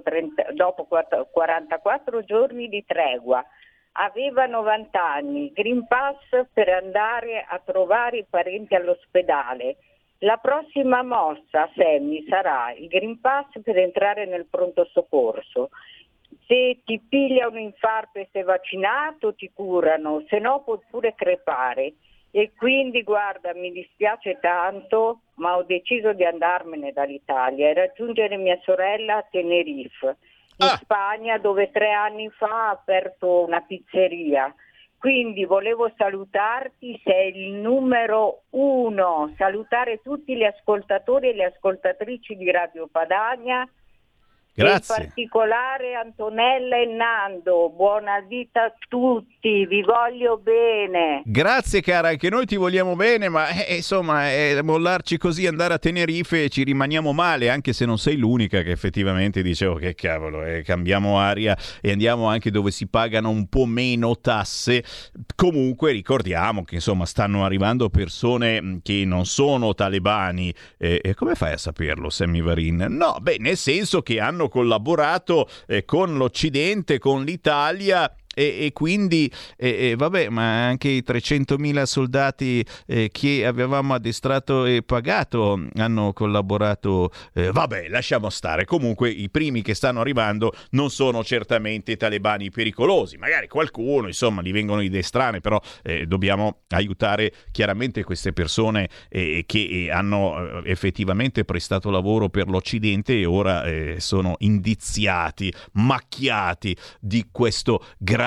44 giorni di tregua. Aveva 90 anni, Green Pass per andare a trovare i parenti all'ospedale. La prossima mossa, Sammy, sarà il Green Pass per entrare nel pronto soccorso. Se ti piglia un infarto e sei vaccinato ti curano, se no puoi pure crepare. E quindi guarda, mi dispiace tanto, ma ho deciso di andarmene dall'Italia e raggiungere mia sorella a Tenerife, in Spagna, dove 3 anni fa ha aperto una pizzeria. Quindi volevo salutarti, sei il numero 1, salutare tutti gli ascoltatori e le ascoltatrici di Radio Padania. Grazie. In particolare Antonella e Nando, buona vita a tutti, vi voglio bene. Grazie cara, anche noi ti vogliamo bene, ma insomma mollarci così, andare a Tenerife, ci rimaniamo male, anche se non sei l'unica che effettivamente dicevo che cavolo, cambiamo aria e andiamo anche dove si pagano un po' meno tasse. Comunque ricordiamo che insomma stanno arrivando persone che non sono talebani, e come fai a saperlo, Sammy Varin? No, nel senso che hanno collaborato con l'Occidente, con l'Italia, e quindi vabbè, ma anche i 300.000 soldati che avevamo addestrato e pagato hanno collaborato, vabbè, lasciamo stare. Comunque i primi che stanno arrivando non sono certamente talebani pericolosi, magari qualcuno insomma li vengono addestrare, però dobbiamo aiutare chiaramente queste persone che hanno effettivamente prestato lavoro per l'Occidente e ora sono indiziati, macchiati di questo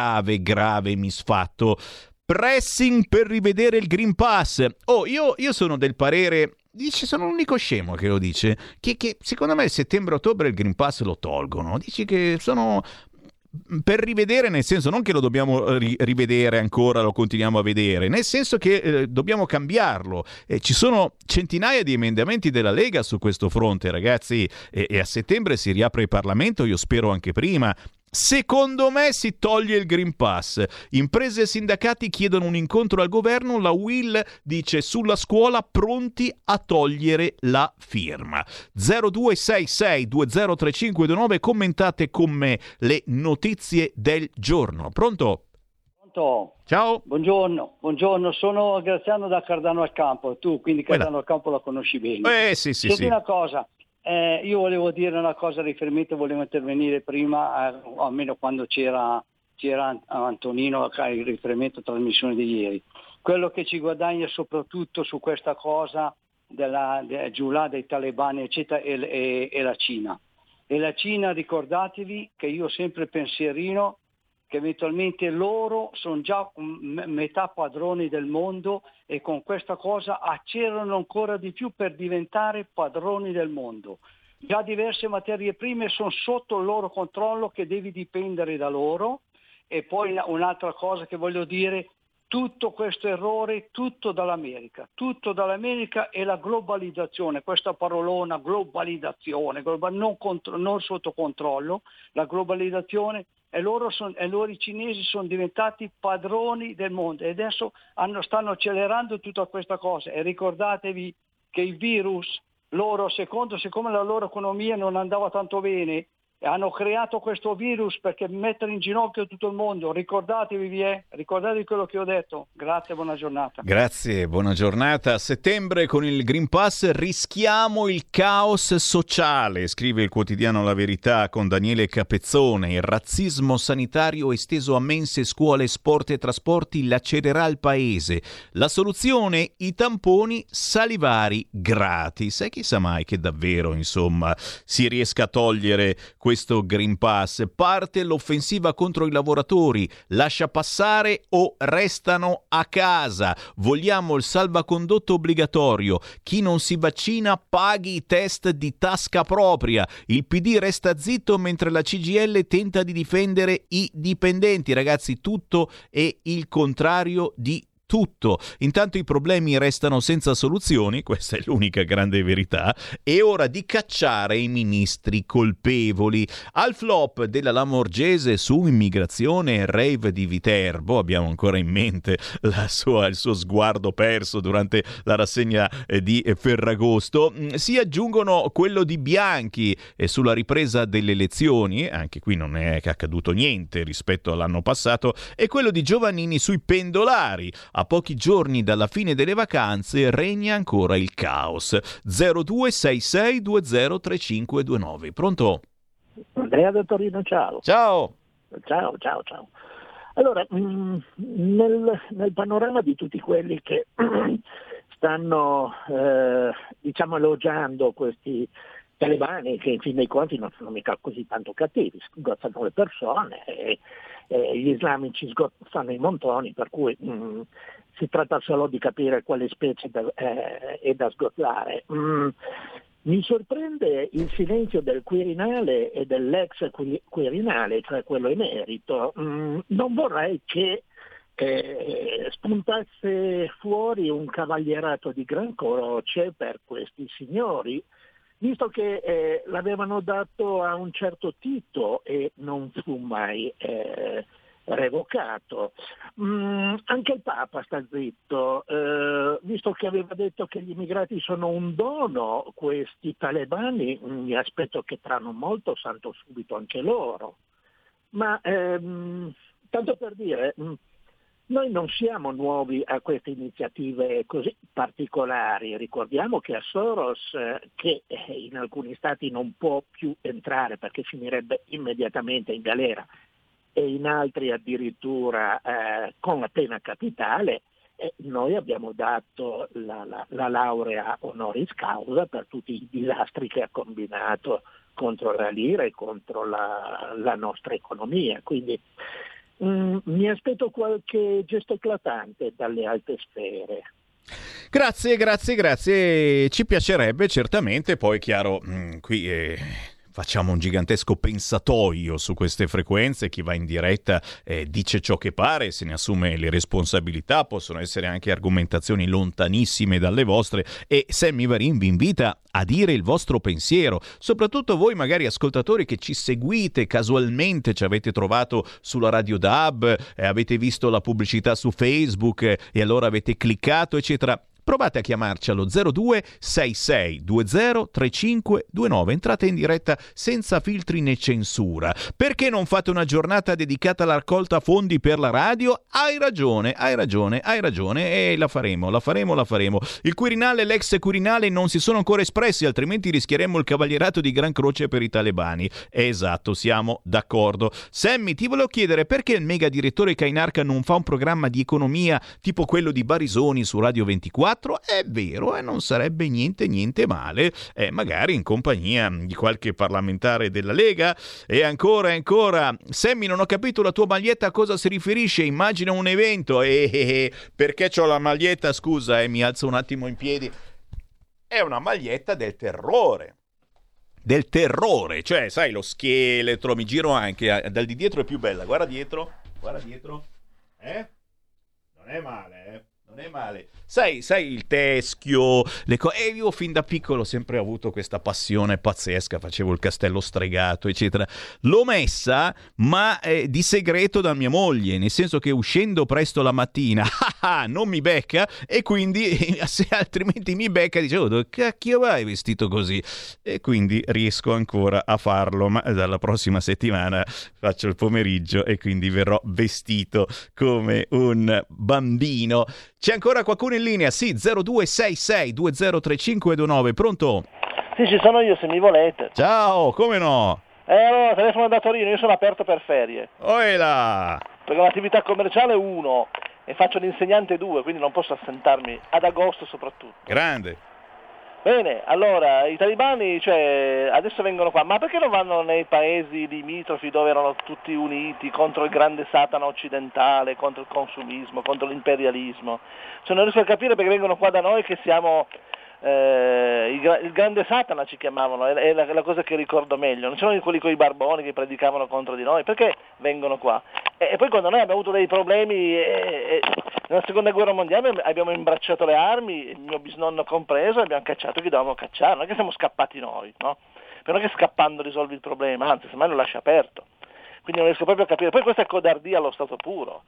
grave misfatto. Pressing per rivedere il Green Pass. Io sono del parere, dice, sono l'unico scemo che lo dice, che secondo me settembre-ottobre il Green Pass lo tolgono. Dici che sono per rivedere, nel senso non che lo dobbiamo rivedere ancora, lo continuiamo a vedere, nel senso che dobbiamo cambiarlo. Ci sono centinaia di emendamenti della Lega su questo fronte, ragazzi, e a settembre si riapre il Parlamento, io spero anche prima. Secondo me si toglie il Green Pass. Imprese e sindacati chiedono un incontro al governo. La UIL dice sulla scuola pronti a togliere la firma. 0266203529. Commentate con me le notizie del giorno. Pronto? Ciao. Buongiorno, sono Graziano da Cardano al Campo. Tu quindi Cardano al Campo la conosci bene. Sì. Senti una cosa. Io volevo dire una cosa a riferimento, volevo intervenire prima, almeno quando c'era Antonino, il riferimento alla trasmissione di ieri. Quello che ci guadagna soprattutto su questa cosa giù là dei talebani eccetera è la Cina. E la Cina, ricordatevi che io ho sempre pensierino che eventualmente loro sono già metà padroni del mondo e con questa cosa accelerano ancora di più per diventare padroni del mondo. Già diverse materie prime sono sotto il loro controllo, che devi dipendere da loro. E poi un'altra cosa che voglio dire, tutto questo errore, tutto dall'America e la globalizzazione, questa parolona globalizzazione, non sotto controllo, la globalizzazione. E loro i cinesi sono diventati padroni del mondo e adesso stanno accelerando tutta questa cosa. E ricordatevi che il virus, siccome la loro economia non andava tanto bene, Hanno creato questo virus perché mettere in ginocchio tutto il mondo. Ricordatevi, ricordatevi quello che ho detto. Grazie, buona giornata. Grazie, buona giornata. A settembre con il Green Pass rischiamo il caos sociale, scrive il quotidiano La Verità con Daniele Capezzone. Il razzismo sanitario esteso a mense, scuole, sport e trasporti lacererà il paese. La soluzione? I tamponi salivari gratis. E chissà mai che davvero, insomma, si riesca a togliere questo Green Pass. Parte l'offensiva contro i lavoratori, lascia passare o restano a casa. Vogliamo il salvacondotto obbligatorio, chi non si vaccina paghi i test di tasca propria. Il PD resta zitto mentre la CGIL tenta di difendere i dipendenti. Ragazzi, tutto è il contrario di tutto. Intanto i problemi restano senza soluzioni, questa è l'unica grande verità. È ora di cacciare i ministri colpevoli. Al flop della Lamorgese su immigrazione e rave di Viterbo, abbiamo ancora in mente il suo sguardo perso durante la rassegna di Ferragosto, si aggiungono quello di Bianchi sulla ripresa delle elezioni, anche qui non è accaduto niente rispetto all'anno passato, e quello di Giovannini sui pendolari. A pochi giorni dalla fine delle vacanze regna ancora il caos. 0266203529. Pronto? Andrea da Torino, ciao. Ciao. Ciao. Allora, nel panorama di tutti quelli che stanno elogiando questi talebani, che in fin dei conti non sono mica così tanto cattivi, sgozzano le persone e gli islamici fanno i montoni, per cui si tratta solo di capire quale specie è da sgozzare. Mi sorprende il silenzio del Quirinale e dell'ex Quirinale, cioè quello emerito. Non vorrei che spuntasse fuori un cavalierato di gran croce per questi signori, visto che l'avevano dato a un certo Tito e non fu mai revocato. Anche il Papa sta zitto, visto che aveva detto che gli immigrati sono un dono, questi talebani mi aspetto che tra non molto sanno subito anche loro. Ma tanto per dire, noi non siamo nuovi a queste iniziative così particolari. Ricordiamo che a Soros, che in alcuni stati non può più entrare perché finirebbe immediatamente in galera, e in altri addirittura con la pena capitale, noi abbiamo dato la laurea honoris causa per tutti i disastri che ha combinato contro la lira e contro la nostra economia. Quindi mi aspetto qualche gesto eclatante dalle alte sfere. Grazie. Ci piacerebbe certamente, poi chiaro, qui facciamo un gigantesco pensatoio su queste frequenze, chi va in diretta dice ciò che pare, se ne assume le responsabilità, possono essere anche argomentazioni lontanissime dalle vostre, e Sammy Varin vi invita a dire il vostro pensiero, soprattutto voi magari ascoltatori che ci seguite casualmente, ci avete trovato sulla Radio DAB, avete visto la pubblicità su Facebook e allora avete cliccato eccetera. Provate a chiamarci allo 0266203529. Entrate in diretta senza filtri né censura. Perché non fate una giornata dedicata alla raccolta fondi per la radio? Hai ragione e la faremo. Il Quirinale e l'ex Quirinale non si sono ancora espressi, altrimenti rischieremmo il cavalierato di Gran Croce per i talebani. Esatto, siamo d'accordo. Sammy, ti volevo chiedere perché il mega direttore Cainarca non fa un programma di economia tipo quello di Barisoni su Radio 24? È vero, non sarebbe niente male, magari in compagnia di qualche parlamentare della Lega. E ancora, Sammy, non ho capito la tua maglietta a cosa si riferisce, immagina un evento, perché c'ho la maglietta, scusa, mi alzo un attimo in piedi, è una maglietta del terrore, cioè sai lo scheletro, mi giro anche, dal di dietro è più bella, guarda dietro, non è male, Non è male. Sai il teschio, e io fin da piccolo ho sempre avuto questa passione pazzesca, facevo il castello stregato, eccetera. L'ho messa, ma di segreto da mia moglie, nel senso che uscendo presto la mattina, non mi becca, e quindi se altrimenti mi becca, dicevo, dove cacchio vai vestito così? E quindi riesco ancora a farlo, ma dalla prossima settimana faccio il pomeriggio e quindi verrò vestito come un bambino. C'è ancora qualcuno in linea? Sì, 0266203529. Pronto? Sì, ci sono io, se mi volete. Ciao, come no? Allora, telefono da Torino, io sono aperto per ferie. Oela! Perché l'attività commerciale 1 e faccio l'insegnante 2, quindi non posso assentarmi, ad agosto soprattutto. Grande. Bene, allora, i talebani, adesso vengono qua, ma perché non vanno nei paesi limitrofi dove erano tutti uniti contro il grande Satana occidentale, contro il consumismo, contro l'imperialismo? Non riesco a capire perché vengono qua da noi che siamo il grande Satana, ci chiamavano, è la cosa che ricordo meglio. Non c'erano quelli con i barboni che predicavano contro di noi, perché vengono qua? E poi quando noi abbiamo avuto dei problemi nella seconda guerra mondiale abbiamo imbracciato le armi, il mio bisnonno compreso, abbiamo cacciato chi dovevamo cacciare, non è che siamo scappati noi, no? Però non è che scappando risolvi il problema, anzi semmai lo lasci aperto. Quindi non riesco proprio a capire. Poi questa è codardia allo stato puro.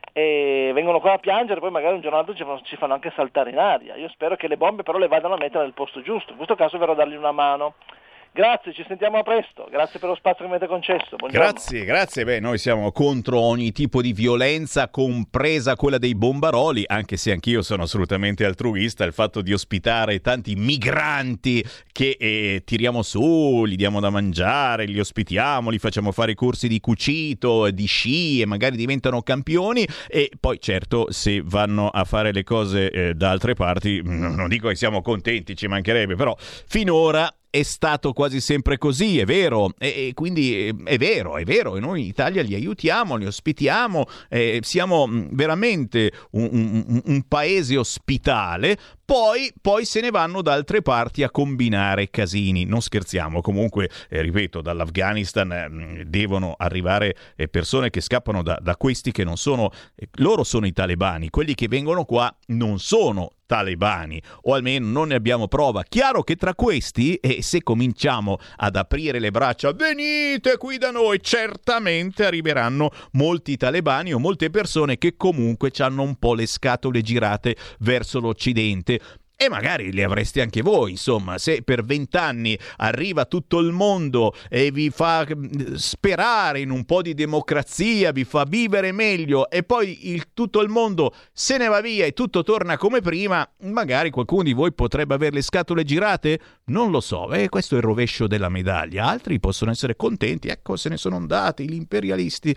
E vengono qua a piangere, poi magari un giorno o l'altro ci fanno anche saltare in aria. Io spero che le bombe però le vadano a mettere nel posto giusto. In questo caso verrò a dargli una mano. Grazie, ci sentiamo a presto. Grazie per lo spazio che mi avete concesso. Buongiorno. Grazie. Beh, noi siamo contro ogni tipo di violenza, compresa quella dei bombaroli, anche se anch'io sono assolutamente altruista. Il fatto di ospitare tanti migranti che tiriamo su, gli diamo da mangiare, li ospitiamo, li facciamo fare corsi di cucito, di sci e magari diventano campioni. E poi certo, se vanno a fare le cose da altre parti, non dico che siamo contenti, ci mancherebbe, però finora è stato quasi sempre così, è vero, e quindi è vero, e noi in Italia li aiutiamo, li ospitiamo, siamo veramente un paese ospitale. Poi se ne vanno da altre parti a combinare casini. Non scherziamo, comunque, ripeto, dall'Afghanistan devono arrivare persone che scappano da questi che non sono, loro sono i talebani, quelli che vengono qua non sono talebani, o almeno non ne abbiamo prova. Chiaro che tra questi, se cominciamo ad aprire le braccia, venite qui da noi, certamente arriveranno molti talebani o molte persone che comunque hanno un po' le scatole girate verso l'Occidente. E magari li avreste anche voi, insomma, se per 20 anni arriva tutto il mondo e vi fa sperare in un po' di democrazia, vi fa vivere meglio, e poi tutto il mondo se ne va via e tutto torna come prima, magari qualcuno di voi potrebbe avere le scatole girate? Non lo so, questo è il rovescio della medaglia. Altri possono essere contenti, ecco, se ne sono andati gli imperialisti.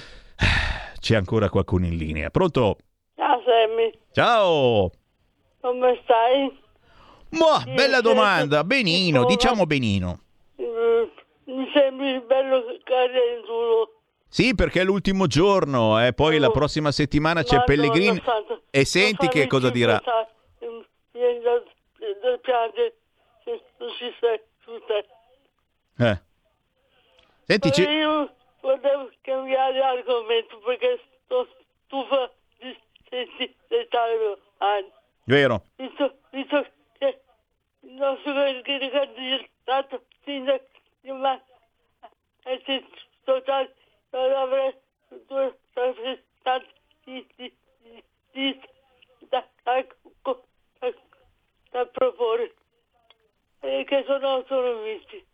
C'è ancora qualcuno in linea. Pronto? Ciao Sammy. Ciao. Come stai? Bella domanda. Benino, diciamo benino. Mi sembri bello cadenzuto. Sì, perché è l'ultimo giorno, poi la prossima settimana c'è Pellegrini. E senti che cosa dirà. Vieni da piangere se non ci sei su te. Senti, io volevo cambiare argomento perché sto stufa di sentire talebani. Vero. Visto che il nostro candidato sindaco di Massa totale non avrei due rappresentanti da proporre, che sono visti.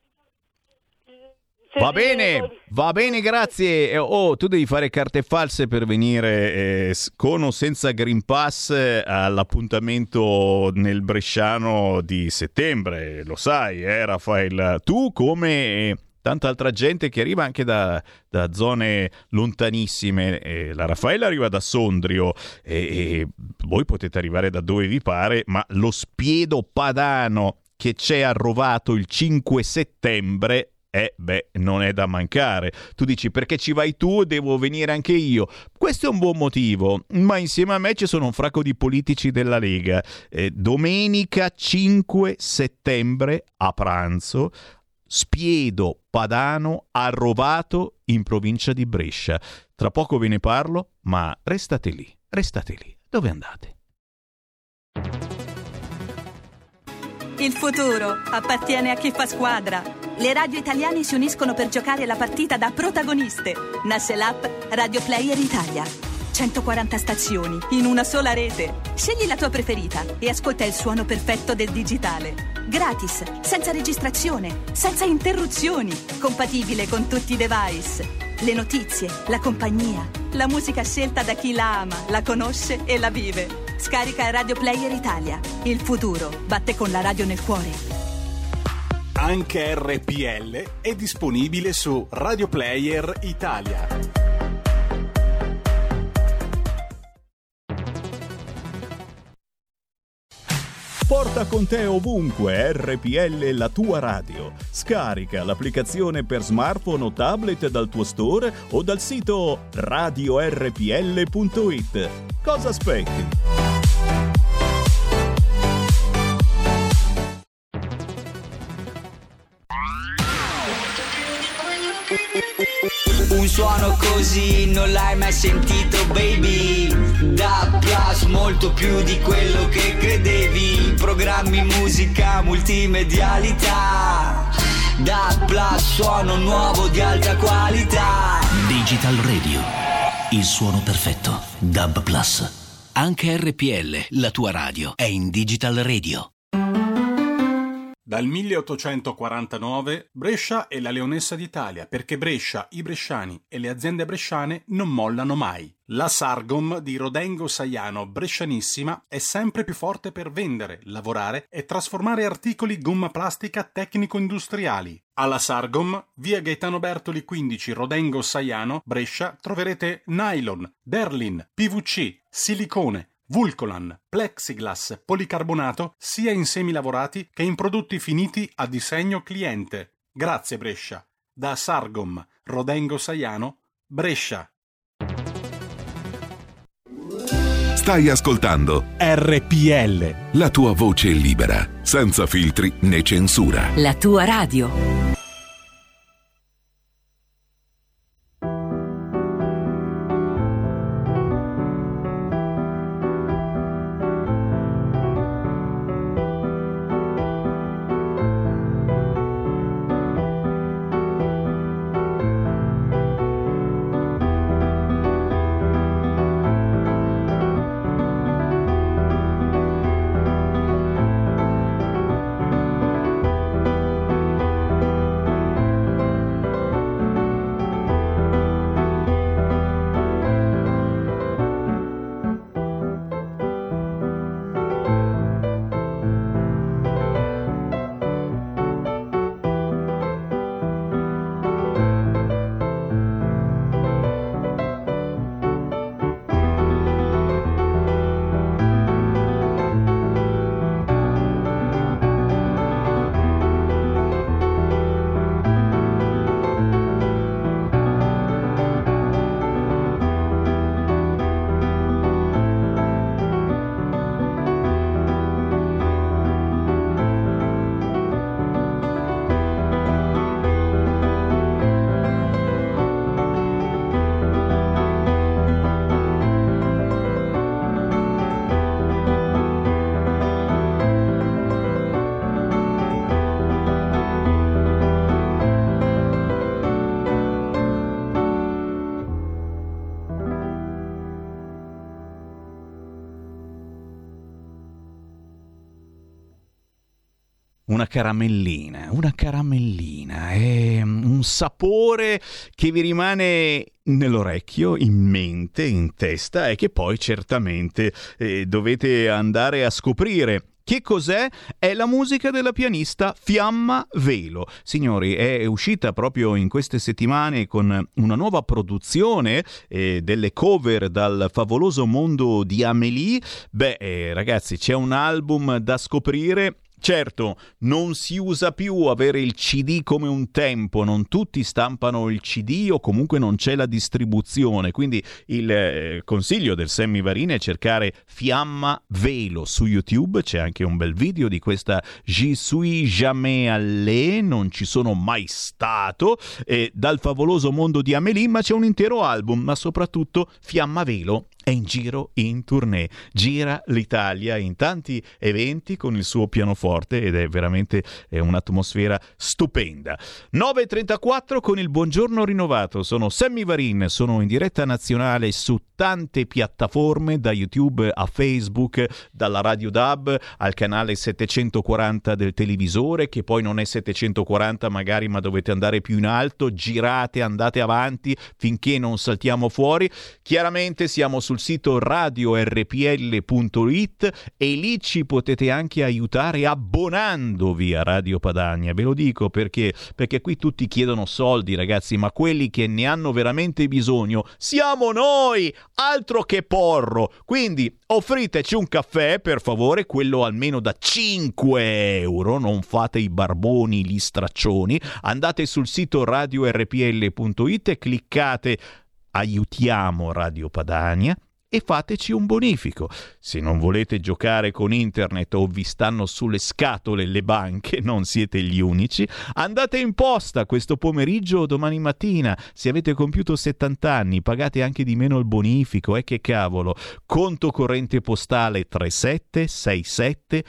Va bene, grazie. Tu devi fare carte false per venire con o senza Green Pass all'appuntamento nel Bresciano di settembre, lo sai, Raffaele? Tu, come tanta altra gente che arriva anche da zone lontanissime, la Raffaella arriva da Sondrio e voi potete arrivare da dove vi pare, ma lo spiedo padano che c'è a Rovato il 5 settembre non è da mancare. Tu dici, perché ci vai tu, devo venire anche io. Questo è un buon motivo, ma insieme a me ci sono un fracco di politici della Lega. Domenica 5 settembre a pranzo, spiedo padano a Rovato in provincia di Brescia. Tra poco ve ne parlo, ma restate lì. Dove andate? Il futuro appartiene a chi fa squadra. Le radio italiane si uniscono per giocare la partita da protagoniste. Nasce l'app Radio Player Italia. 140 stazioni in una sola rete. Scegli la tua preferita e ascolta il suono perfetto del digitale. Gratis, senza registrazione, senza interruzioni. Compatibile con tutti i device. Le notizie, la compagnia, la musica scelta da chi la ama, la conosce e la vive. Scarica Radio Player Italia. Il futuro batte con la radio nel cuore. Anche RPL è disponibile su Radio Player Italia. Porta con te ovunque RPL, la tua radio. Scarica l'applicazione per smartphone o tablet dal tuo store o dal sito radiorpl.it. Cosa aspetti? Un suono così non l'hai mai sentito, baby. Da Plus, molto più di quello che credevi. Programmi, musica, multimedialità. Da Plus, suono nuovo di alta qualità. Digital Radio, il suono perfetto. DAB Plus. Anche RPL, la tua radio, è in Digital Radio. Dal 1849 Brescia è la leonessa d'Italia, perché Brescia, i bresciani e le aziende bresciane non mollano mai. La Sargom di Rodengo Saiano Brescianissima è sempre più forte per vendere, lavorare e trasformare articoli gomma plastica tecnico-industriali. Alla Sargom, via Gaetano Bertoli 15 Rodengo Saiano, Brescia, troverete nylon, derlin, PVC, silicone, Vulcolan, plexiglass, policarbonato, sia in semi lavorati che in prodotti finiti a disegno cliente. Grazie Brescia. Da Sargom, Rodengo Saiano, Brescia. Stai ascoltando RPL. La tua voce libera, senza filtri né censura. La tua radio. Una caramellina, è un sapore che vi rimane nell'orecchio, in mente, in testa e che poi certamente dovete andare a scoprire. Che cos'è? È la musica della pianista Fiamma Velo. Signori, è uscita proprio in queste settimane con una nuova produzione delle cover dal favoloso mondo di Amélie. Ragazzi, c'è un album da scoprire. Certo, non si usa più avere il CD come un tempo, non tutti stampano il CD o comunque non c'è la distribuzione, quindi il consiglio del Sammy Varin è cercare Fiamma Velo su YouTube, c'è anche un bel video di questa J'y suis jamais allé, non ci sono mai stato, dal favoloso mondo di Amélie, ma c'è un intero album, ma soprattutto Fiamma Velo è in giro in tournée, gira l'Italia in tanti eventi con il suo pianoforte ed è veramente un'atmosfera stupenda. 9.34 con il buongiorno rinnovato, sono Sammy Varin, sono in diretta nazionale su tante piattaforme, da YouTube a Facebook, dalla Radio DAB al canale 740 del televisore, che poi non è 740 magari, ma dovete andare più in alto, girate, andate avanti finché non saltiamo fuori. Chiaramente siamo sul sito radiorpl.it e lì ci potete anche aiutare abbonandovi a Radio Padania. Ve lo dico perché qui tutti chiedono soldi, ragazzi, ma quelli che ne hanno veramente bisogno siamo noi, altro che porro. Quindi offriteci un caffè, per favore, quello almeno da 5 euro, non fate i barboni, gli straccioni. Andate sul sito radiorpl.it e cliccate aiutiamo Radio Padania e fateci un bonifico. Se non volete giocare con internet o vi stanno sulle scatole le banche, non siete gli unici, andate in posta questo pomeriggio o domani mattina. Se avete compiuto 70 anni pagate anche di meno il bonifico, che cavolo. Conto corrente postale 3767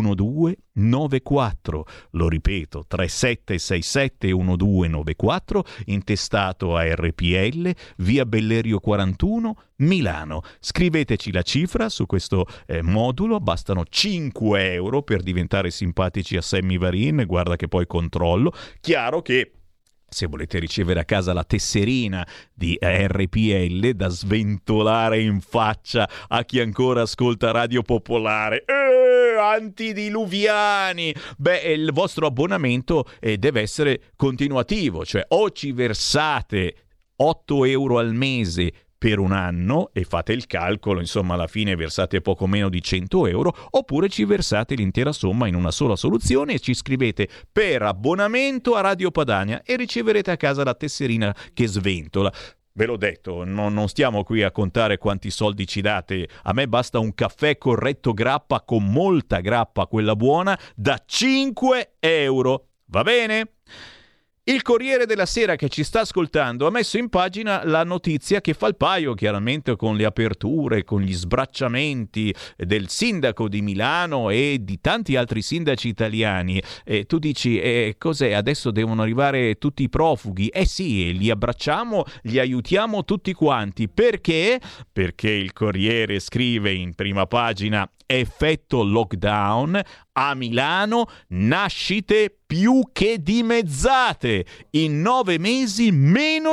1294, lo ripeto, 3767 1294, intestato a RPL, via Bellerio 41, Milano. Scriveteci la cifra su questo modulo, bastano 5 euro per diventare simpatici a Sammy Varin, guarda che poi controllo. Chiaro che se volete ricevere a casa la tesserina di RPL da sventolare in faccia a chi ancora ascolta Radio Popolare, antidiluviani, il vostro abbonamento deve essere continuativo, cioè o ci versate 8 euro al mese per un anno e fate il calcolo, insomma alla fine versate poco meno di 100 euro, oppure ci versate l'intera somma in una sola soluzione e ci scrivete per abbonamento a Radio Padania e riceverete a casa la tesserina che sventola. Ve l'ho detto, non stiamo qui a contare quanti soldi ci date, a me basta un caffè corretto grappa con molta grappa, quella buona, da 5 euro, va bene? Il Corriere della Sera, che ci sta ascoltando, ha messo in pagina la notizia che fa il paio chiaramente con le aperture, con gli sbracciamenti del sindaco di Milano e di tanti altri sindaci italiani. Tu dici, cos'è? Adesso devono arrivare tutti i profughi? Sì, li abbracciamo, li aiutiamo tutti quanti. Perché? Perché il Corriere scrive in prima pagina: effetto lockdown, a Milano nascite più che dimezzate, in 9 mesi meno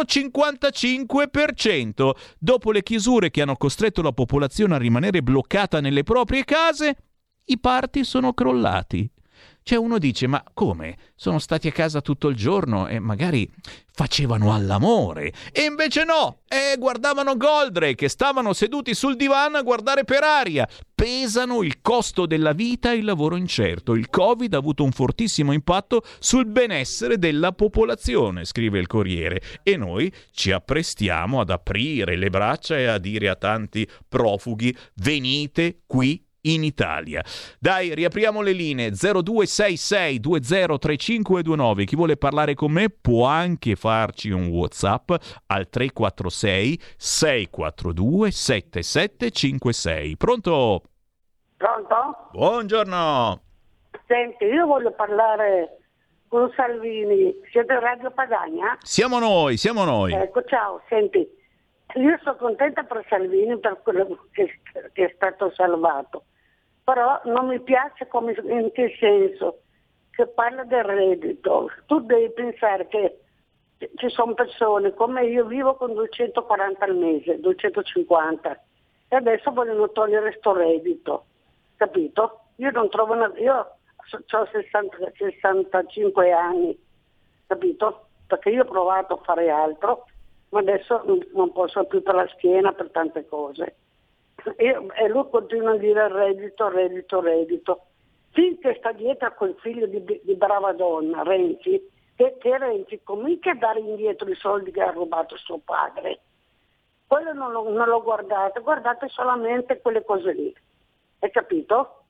55%. Dopo le chiusure che hanno costretto la popolazione a rimanere bloccata nelle proprie case, i parti sono crollati. Cioè uno dice, ma come? Sono stati a casa tutto il giorno e magari facevano all'amore. E invece no, guardavano Goldrake, stavano seduti sul divano a guardare per aria. Pesano il costo della vita e il lavoro incerto. Il Covid ha avuto un fortissimo impatto sul benessere della popolazione, scrive il Corriere. E noi ci apprestiamo ad aprire le braccia e a dire a tanti profughi: venite qui in Italia. Dai, riapriamo le linee 0266 203529. Chi vuole parlare con me può anche farci un WhatsApp al 346 642 7756. Pronto? Pronto? Buongiorno. Senti, io voglio parlare con Salvini. Siete Radio Padania? Siamo noi. Ecco, ciao, senti, io sono contenta per Salvini, per quello che è stato salvato, però non mi piace in che senso, che parla del reddito. Tu devi pensare che ci sono persone come io, vivo con 240 al mese, 250, e adesso vogliono togliere sto reddito, capito? Io non trovo io ho 65 anni, capito? Perché io ho provato a fare altro, ma adesso non posso più per la schiena, per tante cose. E lui continua a dire reddito. Finché sta dietro a quel figlio di brava donna, Renzi, che Renzi comincia a dare indietro i soldi che ha rubato suo padre. Quello non lo guardate solamente quelle cose lì. Hai capito?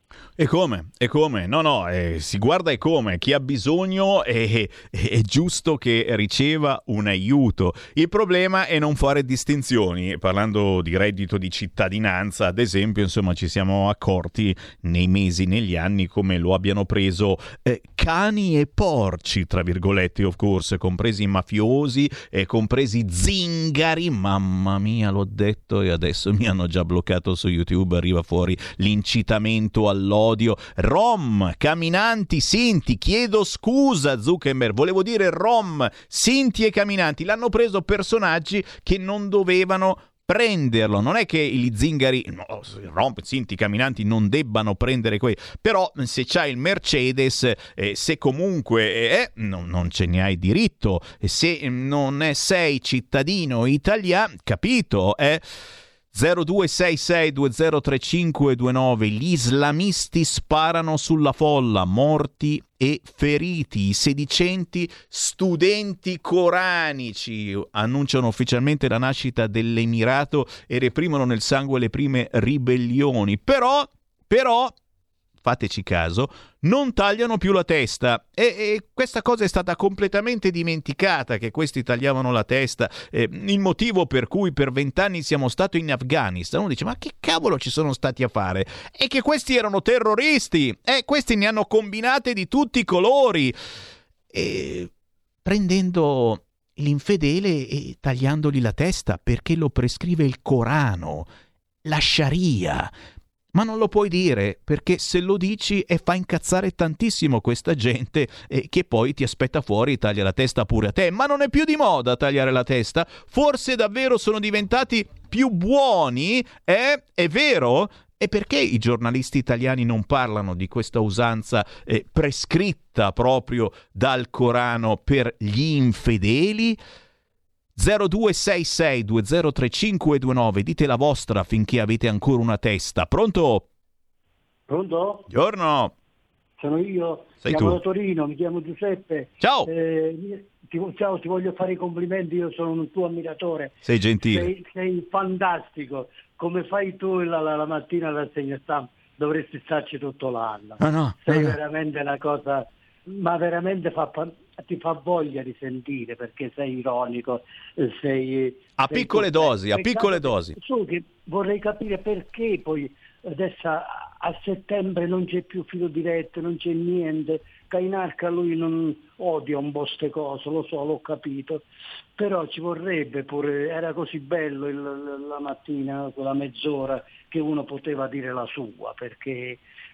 E come? No, si guarda e come. Chi ha bisogno è giusto che riceva un aiuto. Il problema è non fare distinzioni. Parlando di reddito di cittadinanza, ad esempio, insomma, ci siamo accorti nei mesi, negli anni, come lo abbiano preso cani e porci, tra virgolette, of course, compresi mafiosi, compresi zingari. Mamma mia, l'ho detto e adesso mi hanno già bloccato su YouTube, arriva fuori l'incitamento all'odio. Rom, camminanti, sinti, chiedo scusa Zuckerberg, volevo dire rom, sinti e camminanti, l'hanno preso personaggi che non dovevano prenderlo. Non è che gli zingari, no, rom, sinti, camminanti non debbano prendere quelli, però se c'hai il Mercedes, se comunque non ce ne hai diritto, se non sei cittadino italiano, capito? 0266203529. Gli islamisti sparano sulla folla, morti e feriti. I sedicenti studenti coranici annunciano ufficialmente la nascita dell'Emirato e reprimono nel sangue le prime ribellioni. Però fateci caso, non tagliano più la testa e questa cosa è stata completamente dimenticata, che questi tagliavano la testa. Il motivo per cui per 20 anni siamo stati in Afghanistan, uno dice ma che cavolo ci sono stati a fare? È che questi erano terroristi, questi ne hanno combinate di tutti i colori, prendendo l'infedele e tagliandogli la testa perché lo prescrive il Corano, la Sharia. Ma non lo puoi dire, perché se lo dici fa incazzare tantissimo questa gente che poi ti aspetta fuori e taglia la testa pure a te. Ma non è più di moda tagliare la testa? Forse davvero sono diventati più buoni? È vero? E perché i giornalisti italiani non parlano di questa usanza prescritta proprio dal Corano per gli infedeli? 0266203529, dite la vostra finché avete ancora una testa. Pronto? Pronto? Buongiorno. Sono io, Sei chiamo tu. da Torino, mi chiamo Giuseppe. Ciao. Ciao, ti voglio fare i complimenti, io sono un tuo ammiratore. Sei gentile. Sei fantastico. Come fai tu la mattina alla rassegna stampa? Dovresti starci tutto l'anno. Sei veramente una cosa, ma veramente ti fa voglia di sentire, perché sei ironico, a piccole dosi. Su, che vorrei capire perché poi adesso a settembre non c'è più filo diretto, non c'è niente. Cainarca lui non odia un po' ste cose, lo so, l'ho capito, però ci vorrebbe pure, era così bello la mattina, quella mezz'ora che uno poteva dire la sua, perché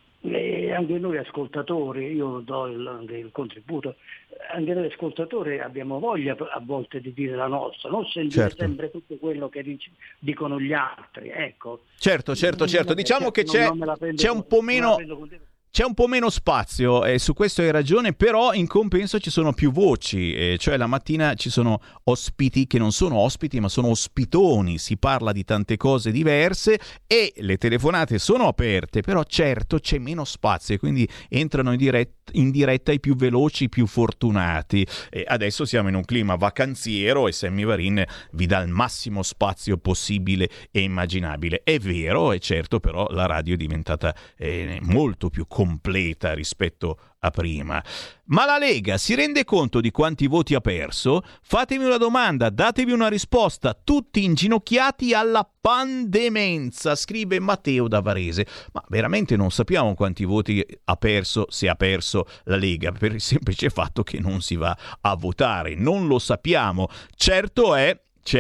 anche noi ascoltatori, io do anche il contributo, anche noi ascoltatori abbiamo voglia a volte di dire la nostra, non sentire sempre tutto quello che dicono gli altri, ecco. Certo. Diciamo che c'è un po' meno... C'è un po' meno spazio, su questo hai ragione, però in compenso ci sono più voci, cioè la mattina ci sono ospiti che non sono ospiti ma sono ospitoni, si parla di tante cose diverse e le telefonate sono aperte, però certo c'è meno spazio e quindi entrano in diretta i più veloci, i più fortunati. Adesso siamo in un clima vacanziero e Sammy Varin vi dà il massimo spazio possibile e immaginabile. È vero, è certo, però la radio è diventata molto più completa rispetto a prima. Ma la Lega si rende conto di quanti voti ha perso? Fatemi una domanda, datevi una risposta, tutti inginocchiati alla pandemenza, scrive Matteo da Varese. Ma veramente non sappiamo quanti voti ha perso, se ha perso la Lega, per il semplice fatto che non si va a votare, non lo sappiamo. Certo è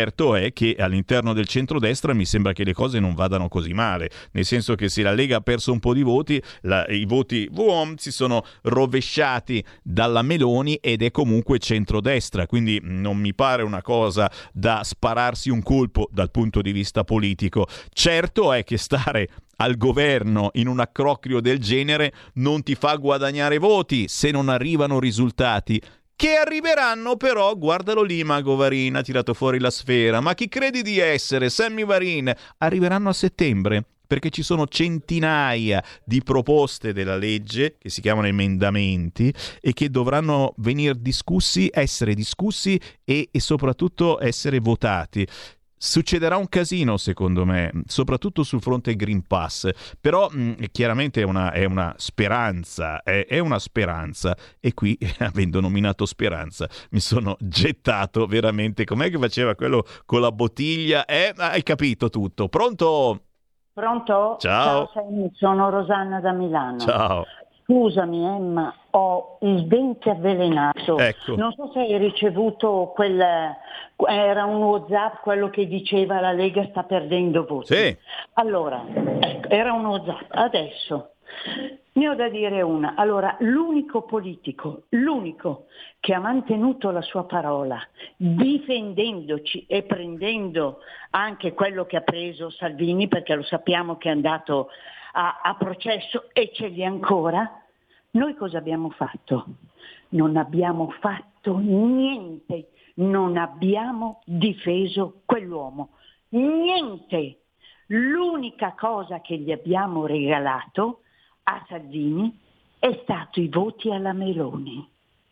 che all'interno del centrodestra mi sembra che le cose non vadano così male, nel senso che se la Lega ha perso un po' di voti, i voti si sono rovesciati dalla Meloni ed è comunque centrodestra, quindi non mi pare una cosa da spararsi un colpo dal punto di vista politico. Certo è che stare al governo in un accrocchio del genere non ti fa guadagnare voti se non arrivano risultati. Che arriveranno però, guardalo lì Mago Varin, ha tirato fuori la sfera, ma chi credi di essere, Sammy Varin? Arriveranno a settembre, perché ci sono centinaia di proposte della legge, che si chiamano emendamenti, e che dovranno venire discussi, essere discussi e soprattutto essere votati. Succederà un casino, secondo me, soprattutto sul fronte Green Pass, però chiaramente è una speranza, è una speranza, e qui, avendo nominato speranza, mi sono gettato veramente. Com'è che faceva quello con la bottiglia? Hai capito tutto. Pronto? Pronto? Ciao. Ciao, sono Rosanna da Milano. Ciao. Scusami ma ho il dente avvelenato. Ecco. Non so se hai ricevuto era un WhatsApp, quello che diceva la Lega sta perdendo voti. Sì. Allora, ecco, era un WhatsApp. Adesso ne ho da dire una. Allora, l'unico politico che ha mantenuto la sua parola, difendendoci e prendendo anche quello che ha preso Salvini, perché lo sappiamo che è andato a processo e ce li ancora, noi cosa abbiamo fatto? Non abbiamo fatto niente, non abbiamo difeso quell'uomo, niente. L'unica cosa che gli abbiamo regalato a Salvini è stato i voti alla Meloni.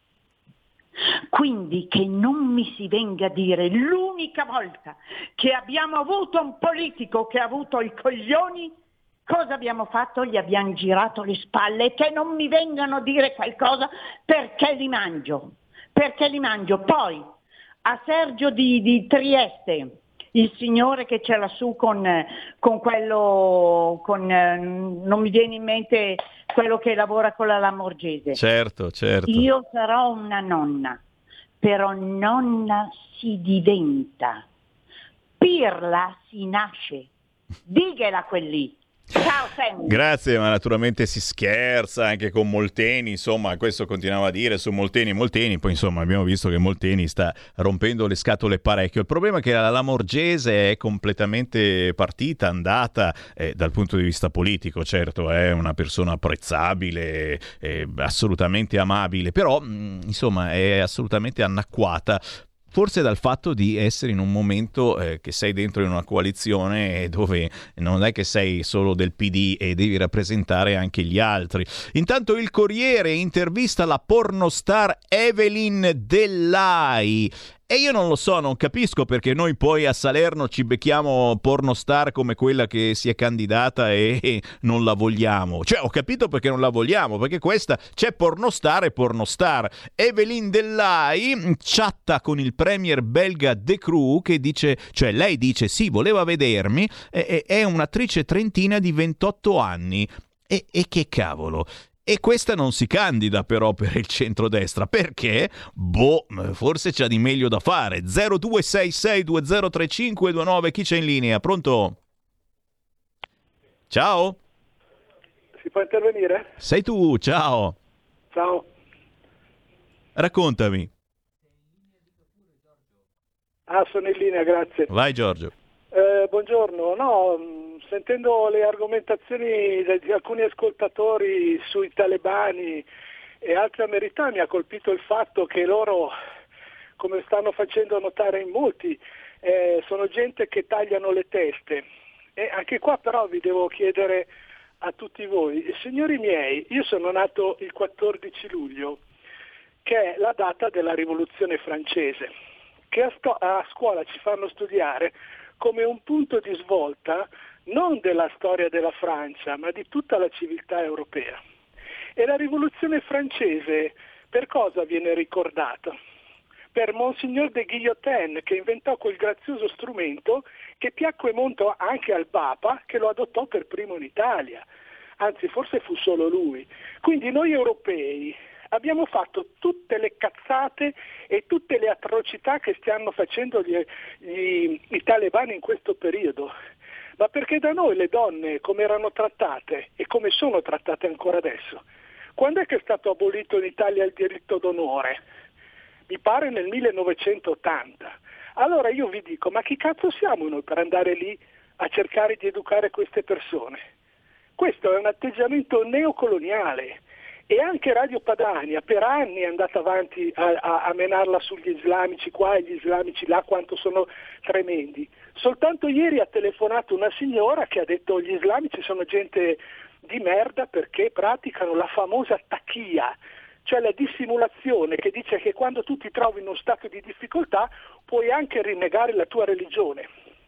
Quindi che non mi si venga a dire l'unica volta che abbiamo avuto un politico che ha avuto i coglioni, cosa abbiamo fatto? Gli abbiamo girato le spalle, che non mi vengano a dire qualcosa perché li mangio. Poi a Sergio di Trieste, il signore che c'è lassù con quello, non mi viene in mente quello che lavora con la Lamorgese. Certo. Io sarò una nonna, però nonna si diventa, pirla si nasce, dighela quelli. Ciao Sammy. Grazie, ma naturalmente si scherza anche con Molteni, insomma, questo continuava a dire su Molteni, poi insomma abbiamo visto che Molteni sta rompendo le scatole parecchio. Il problema è che la Lamorgese è completamente partita, andata dal punto di vista politico, certo è una persona apprezzabile, assolutamente amabile, però insomma è assolutamente annacquata. Forse dal fatto di essere in un momento che sei dentro in una coalizione dove non è che sei solo del PD e devi rappresentare anche gli altri. Intanto il Corriere intervista la pornostar Evelyn Dell'Ai. E io non lo so, non capisco perché noi poi a Salerno ci becchiamo pornostar come quella che si è candidata e non la vogliamo. Cioè, ho capito perché non la vogliamo, perché questa c'è pornostar e pornostar. Evelyn Dell'Ai chatta con il premier belga De Croo che dice, cioè lei dice sì, voleva vedermi, è un'attrice trentina di 28 anni. E che cavolo? E questa non si candida però per il centrodestra, perché? Forse c'ha di meglio da fare. 0266203529, chi c'è in linea? Pronto? Ciao? Si può intervenire? Sei tu, ciao. Ciao. Raccontami. Sono in linea, grazie. Vai Giorgio. Buongiorno, sentendo le argomentazioni di alcuni ascoltatori sui talebani e altre amenità mi ha colpito il fatto che loro, come stanno facendo notare in molti, sono gente che tagliano le teste. E anche qua però vi devo chiedere a tutti voi, signori miei, io sono nato il 14 luglio, che è la data della rivoluzione francese, che a scuola ci fanno studiare come un punto di svolta non della storia della Francia, ma di tutta la civiltà europea. E la rivoluzione francese per cosa viene ricordata? Per Monsignor de Guillotin, che inventò quel grazioso strumento che piacque molto anche al Papa, che lo adottò per primo in Italia. Anzi, forse fu solo lui. Quindi noi europei abbiamo fatto tutte le cazzate e tutte le atrocità che stanno facendo i talebani in questo periodo. Ma perché da noi le donne come erano trattate e come sono trattate ancora adesso? Quando è che è stato abolito in Italia il diritto d'onore? Mi pare nel 1980. Allora io vi dico, ma chi cazzo siamo noi per andare lì a cercare di educare queste persone? Questo è un atteggiamento neocoloniale. E anche Radio Padania per anni è andata avanti a menarla sugli islamici qua e gli islamici là, quanto sono tremendi. Soltanto ieri ha telefonato una signora che ha detto gli islamici sono gente di merda perché praticano la famosa taqiyya, cioè la dissimulazione che dice che quando tu ti trovi in uno stato di difficoltà puoi anche rinnegare la tua religione.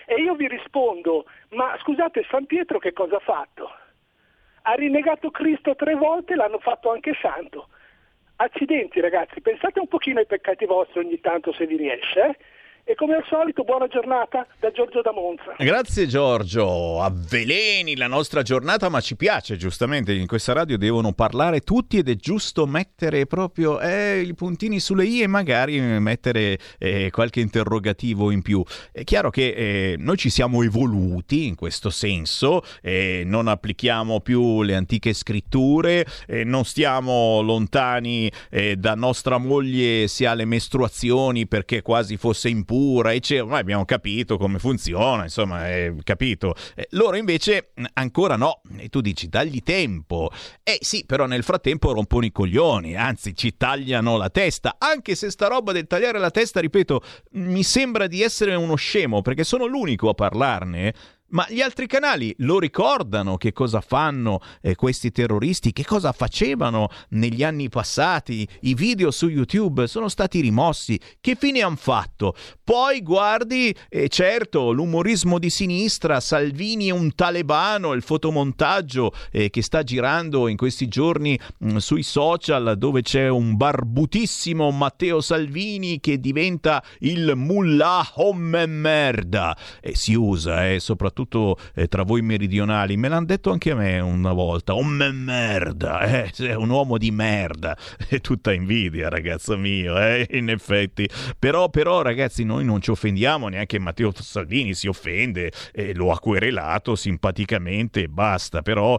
E io vi rispondo, ma scusate, San Pietro che cosa ha fatto? Ha rinnegato Cristo 3 volte, l'hanno fatto anche santo. Accidenti ragazzi, pensate un pochino ai peccati vostri ogni tanto se vi riesce, E come al solito, buona giornata da Giorgio da Monza. Grazie Giorgio, avveleni la nostra giornata, ma ci piace, giustamente, in questa radio devono parlare tutti ed è giusto mettere proprio i puntini sulle i e magari mettere qualche interrogativo in più. È chiaro che noi ci siamo evoluti in questo senso, non applichiamo più le antiche scritture, non stiamo lontani da nostra moglie se ha le mestruazioni perché quasi fosse impura, eccetera. Noi abbiamo capito come funziona, insomma, capito. Loro invece ancora no, e tu dici dagli tempo. Sì, però nel frattempo rompono i coglioni, anzi ci tagliano la testa, anche se sta roba del tagliare la testa, ripeto, mi sembra di essere uno scemo perché sono l'unico a parlarne. Ma gli altri canali lo ricordano che cosa fanno questi terroristi, che cosa facevano negli anni passati, i video su YouTube sono stati rimossi, che fine hanno fatto? Poi guardi, certo, l'umorismo di sinistra, Salvini è un talebano, il fotomontaggio che sta girando in questi giorni sui social dove c'è un barbutissimo Matteo Salvini che diventa il mullah homme merda, si usa soprattutto tra voi meridionali, me l'hanno detto anche a me una volta, merda, è un uomo di merda, è tutta invidia ragazzo mio, in effetti, però ragazzi noi non ci offendiamo, neanche Matteo Salvini si offende, lo ha querelato simpaticamente, basta, però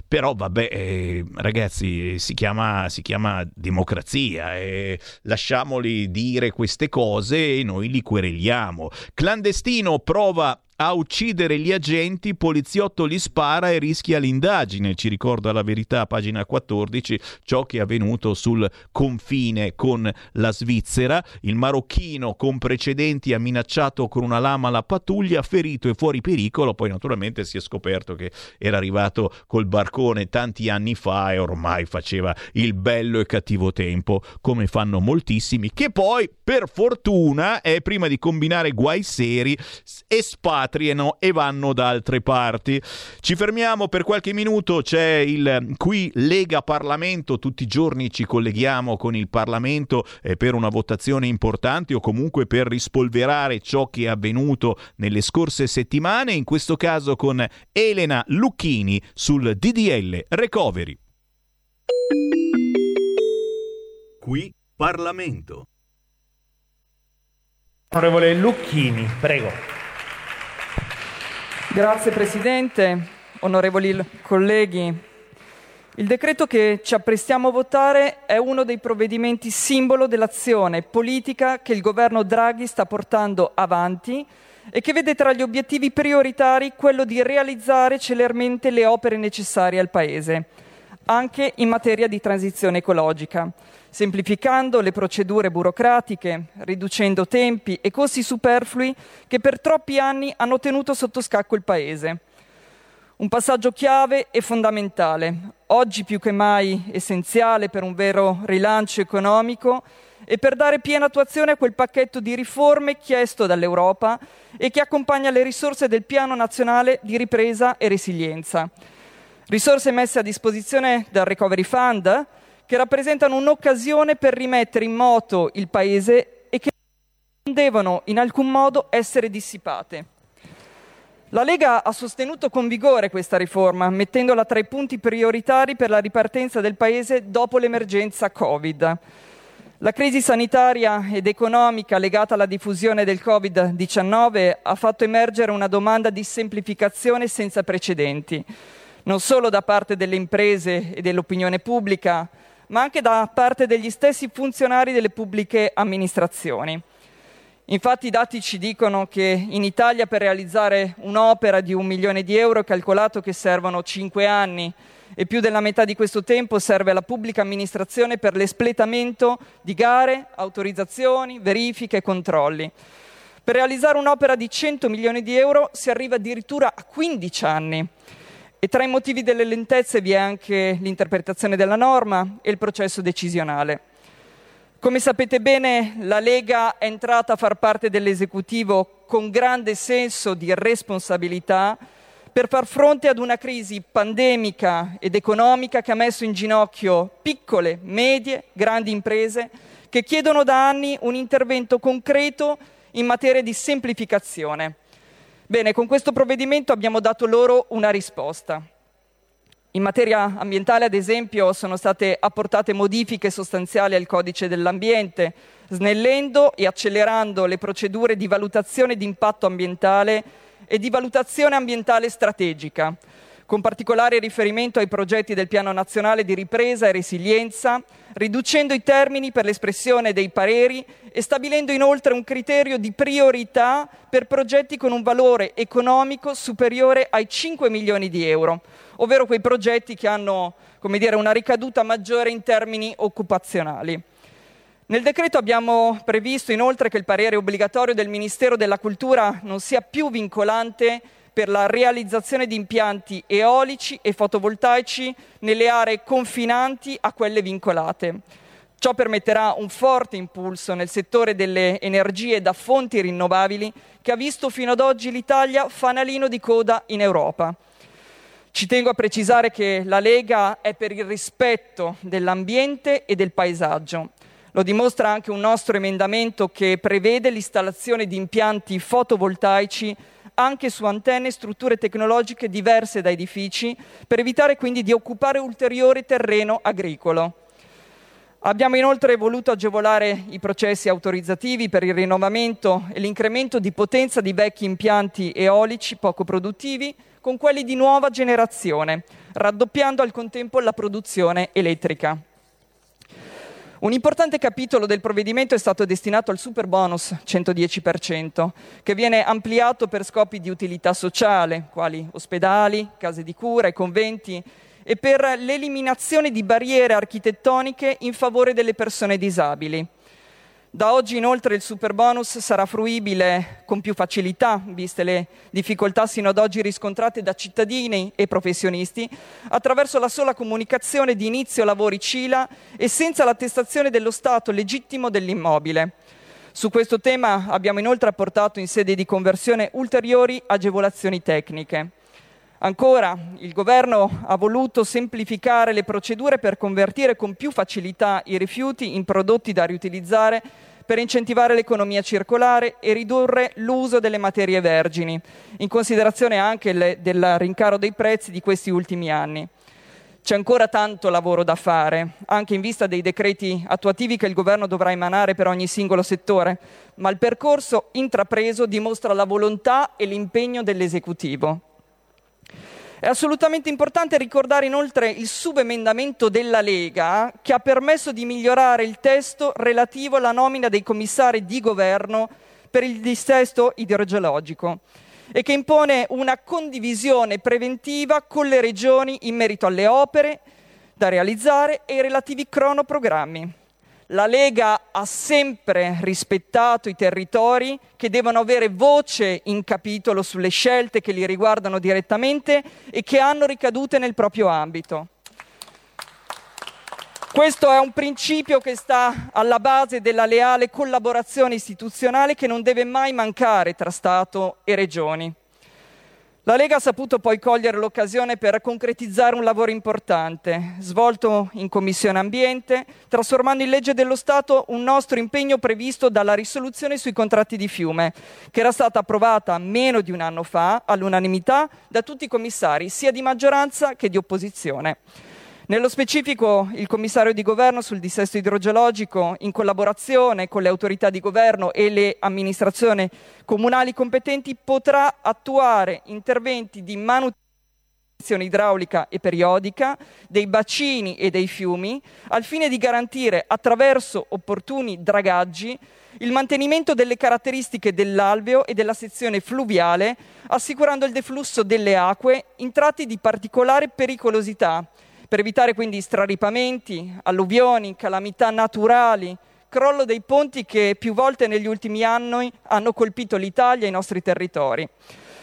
vabbè, ragazzi, si chiama democrazia, lasciamoli dire queste cose e noi li quereliamo. Clandestino prova a uccidere gli agenti, poliziotto li spara e rischia l'indagine, ci ricorda La Verità, pagina 14, ciò che è avvenuto sul confine con la Svizzera. Il marocchino con precedenti ha minacciato con una lama la pattuglia, ferito e fuori pericolo, poi naturalmente si è scoperto che era arrivato col barcone tanti anni fa e ormai faceva il bello e cattivo tempo, come fanno moltissimi, che poi per fortuna prima di combinare guai seri espatriano e vanno da altre parti. Ci fermiamo per qualche minuto, c'è il qui Lega Parlamento, tutti i giorni ci colleghiamo con il Parlamento per una votazione importante o comunque per rispolverare ciò che è avvenuto nelle scorse settimane, in questo caso con Elena Lucchini sul DDL Recovery. Qui Parlamento. Onorevole Lucchini, prego. Grazie Presidente, onorevoli colleghi. Il decreto che ci apprestiamo a votare è uno dei provvedimenti simbolo dell'azione politica che il governo Draghi sta portando avanti e che vede tra gli obiettivi prioritari quello di realizzare celermente le opere necessarie al Paese, anche in materia di transizione ecologica, semplificando le procedure burocratiche, riducendo tempi e costi superflui che per troppi anni hanno tenuto sotto scacco il Paese. Un passaggio chiave e fondamentale, oggi più che mai essenziale per un vero rilancio economico e per dare piena attuazione a quel pacchetto di riforme chiesto dall'Europa e che accompagna le risorse del Piano Nazionale di Ripresa e Resilienza. Risorse messe a disposizione dal Recovery Fund, che rappresentano un'occasione per rimettere in moto il Paese e che non devono in alcun modo essere dissipate. La Lega ha sostenuto con vigore questa riforma, mettendola tra i punti prioritari per la ripartenza del Paese dopo l'emergenza Covid. La crisi sanitaria ed economica legata alla diffusione del Covid-19 ha fatto emergere una domanda di semplificazione senza precedenti, non solo da parte delle imprese e dell'opinione pubblica, ma anche da parte degli stessi funzionari delle pubbliche amministrazioni. Infatti i dati ci dicono che in Italia per realizzare un'opera di 1 milione di euro è calcolato che servono 5 anni e più della metà di questo tempo serve alla pubblica amministrazione per l'espletamento di gare, autorizzazioni, verifiche e controlli. Per realizzare un'opera di 100 milioni di euro si arriva addirittura a 15 anni. E tra i motivi delle lentezze vi è anche l'interpretazione della norma e il processo decisionale. Come sapete bene, la Lega è entrata a far parte dell'esecutivo con grande senso di responsabilità per far fronte ad una crisi pandemica ed economica che ha messo in ginocchio piccole, medie, grandi imprese che chiedono da anni un intervento concreto in materia di semplificazione. Bene, con questo provvedimento abbiamo dato loro una risposta. In materia ambientale, ad esempio, sono state apportate modifiche sostanziali al codice dell'ambiente, snellendo e accelerando le procedure di valutazione di impatto ambientale e di valutazione ambientale strategica, con particolare riferimento ai progetti del Piano Nazionale di Ripresa e Resilienza, riducendo i termini per l'espressione dei pareri e stabilendo inoltre un criterio di priorità per progetti con un valore economico superiore ai 5 milioni di euro, ovvero quei progetti che hanno, una ricaduta maggiore in termini occupazionali. Nel decreto abbiamo previsto inoltre che il parere obbligatorio del Ministero della Cultura non sia più vincolante per la realizzazione di impianti eolici e fotovoltaici nelle aree confinanti a quelle vincolate. Ciò permetterà un forte impulso nel settore delle energie da fonti rinnovabili che ha visto fino ad oggi l'Italia fanalino di coda in Europa. Ci tengo a precisare che la Lega è per il rispetto dell'ambiente e del paesaggio. Lo dimostra anche un nostro emendamento che prevede l'installazione di impianti fotovoltaici anche su antenne e strutture tecnologiche diverse da edifici, per evitare quindi di occupare ulteriore terreno agricolo. Abbiamo inoltre voluto agevolare i processi autorizzativi per il rinnovamento e l'incremento di potenza di vecchi impianti eolici poco produttivi con quelli di nuova generazione, raddoppiando al contempo la produzione elettrica. Un importante capitolo del provvedimento è stato destinato al superbonus 110%, che viene ampliato per scopi di utilità sociale, quali ospedali, case di cura e conventi, e per l'eliminazione di barriere architettoniche in favore delle persone disabili. Da oggi inoltre il superbonus sarà fruibile con più facilità, viste le difficoltà sino ad oggi riscontrate da cittadini e professionisti, attraverso la sola comunicazione di inizio lavori CILA e senza l'attestazione dello stato legittimo dell'immobile. Su questo tema abbiamo inoltre apportato in sede di conversione ulteriori agevolazioni tecniche. Ancora, il Governo ha voluto semplificare le procedure per convertire con più facilità i rifiuti in prodotti da riutilizzare per incentivare l'economia circolare e ridurre l'uso delle materie vergini, in considerazione anche del rincaro dei prezzi di questi ultimi anni. C'è ancora tanto lavoro da fare, anche in vista dei decreti attuativi che il Governo dovrà emanare per ogni singolo settore, ma il percorso intrapreso dimostra la volontà e l'impegno dell'Esecutivo. È assolutamente importante ricordare inoltre il subemendamento della Lega che ha permesso di migliorare il testo relativo alla nomina dei commissari di governo per il dissesto idrogeologico e che impone una condivisione preventiva con le regioni in merito alle opere da realizzare e i relativi cronoprogrammi. La Lega ha sempre rispettato i territori che devono avere voce in capitolo sulle scelte che li riguardano direttamente e che hanno ricadute nel proprio ambito. Questo è un principio che sta alla base della leale collaborazione istituzionale che non deve mai mancare tra Stato e Regioni. La Lega ha saputo poi cogliere l'occasione per concretizzare un lavoro importante, svolto in Commissione Ambiente, trasformando in legge dello Stato un nostro impegno previsto dalla risoluzione sui contratti di fiume, che era stata approvata meno di un anno fa, all'unanimità, da tutti i commissari, sia di maggioranza che di opposizione. Nello specifico, il commissario di governo sul dissesto idrogeologico, in collaborazione con le autorità di governo e le amministrazioni comunali competenti, potrà attuare interventi di manutenzione idraulica e periodica dei bacini e dei fiumi, al fine di garantire, attraverso opportuni dragaggi, il mantenimento delle caratteristiche dell'alveo e della sezione fluviale, assicurando il deflusso delle acque in tratti di particolare pericolosità, per evitare quindi straripamenti, alluvioni, calamità naturali, crollo dei ponti che più volte negli ultimi anni hanno colpito l'Italia e i nostri territori.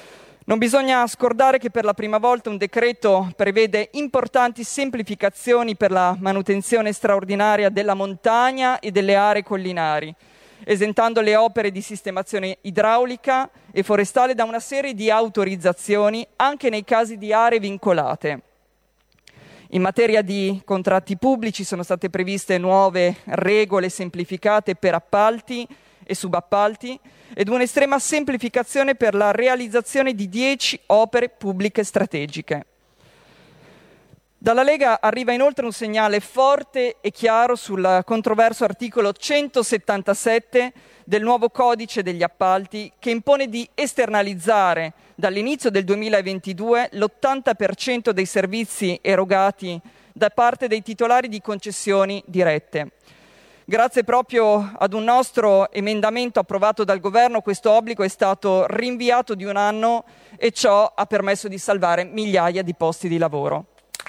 Non bisogna scordare che per la prima volta un decreto prevede importanti semplificazioni per la manutenzione straordinaria della montagna e delle aree collinari, esentando le opere di sistemazione idraulica e forestale da una serie di autorizzazioni anche nei casi di aree vincolate. In materia di contratti pubblici sono state previste nuove regole semplificate per appalti e subappalti ed un'estrema semplificazione per la realizzazione di 10 opere pubbliche strategiche. Dalla Lega arriva inoltre un segnale forte e chiaro sul controverso articolo 177 del nuovo codice degli appalti che impone di esternalizzare dall'inizio del 2022 l'80% dei servizi erogati da parte dei titolari di concessioni dirette. Grazie proprio ad un nostro emendamento approvato dal Governo, questo obbligo è stato rinviato di un anno e ciò ha permesso di salvare migliaia di posti di lavoro.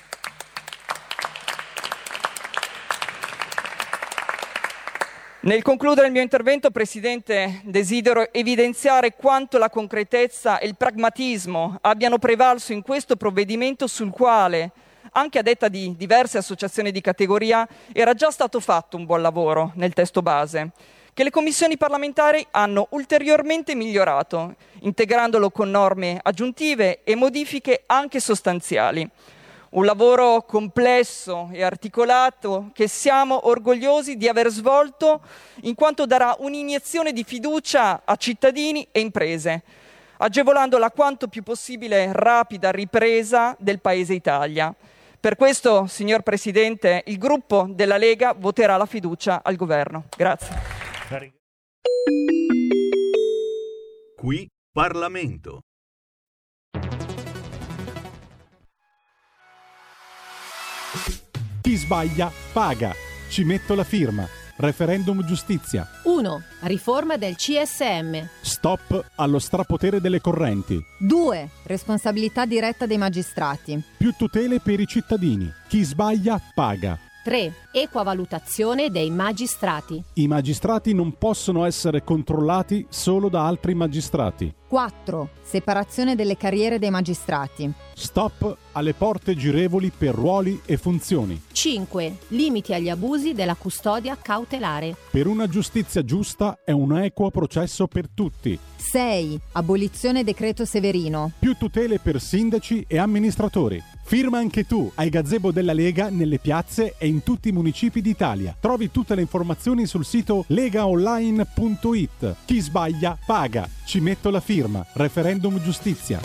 Nel concludere il mio intervento, Presidente, desidero evidenziare quanto la concretezza e il pragmatismo abbiano prevalso in questo provvedimento sul quale, anche a detta di diverse associazioni di categoria, era già stato fatto un buon lavoro nel testo base, che le commissioni parlamentari hanno ulteriormente migliorato, integrandolo con norme aggiuntive e modifiche anche sostanziali. Un lavoro complesso e articolato che siamo orgogliosi di aver svolto in quanto darà un'iniezione di fiducia a cittadini e imprese, agevolando la quanto più possibile rapida ripresa del Paese Italia. Per questo, signor Presidente, il gruppo della Lega voterà la fiducia al Governo. Grazie. Qui Parlamento. Chi sbaglia paga. Ci metto la firma. Referendum giustizia. 1. Riforma del CSM. Stop allo strapotere delle correnti. 2. Responsabilità diretta dei magistrati. Più tutele per i cittadini. Chi sbaglia paga. 3. Equa valutazione dei magistrati. I magistrati non possono essere controllati solo da altri magistrati. 4. Separazione delle carriere dei magistrati. Stop alle porte girevoli per ruoli e funzioni. 5. Limiti agli abusi della custodia cautelare. Per una giustizia giusta e un equo processo per tutti. 6. Abolizione decreto Severino. Più tutele per sindaci e amministratori. Firma anche tu ai gazebo della Lega nelle piazze e in tutti i municipi d'Italia. Trovi tutte le informazioni sul sito legaonline.it. Chi sbaglia paga. Ci metto la firma. Referendum giustizia.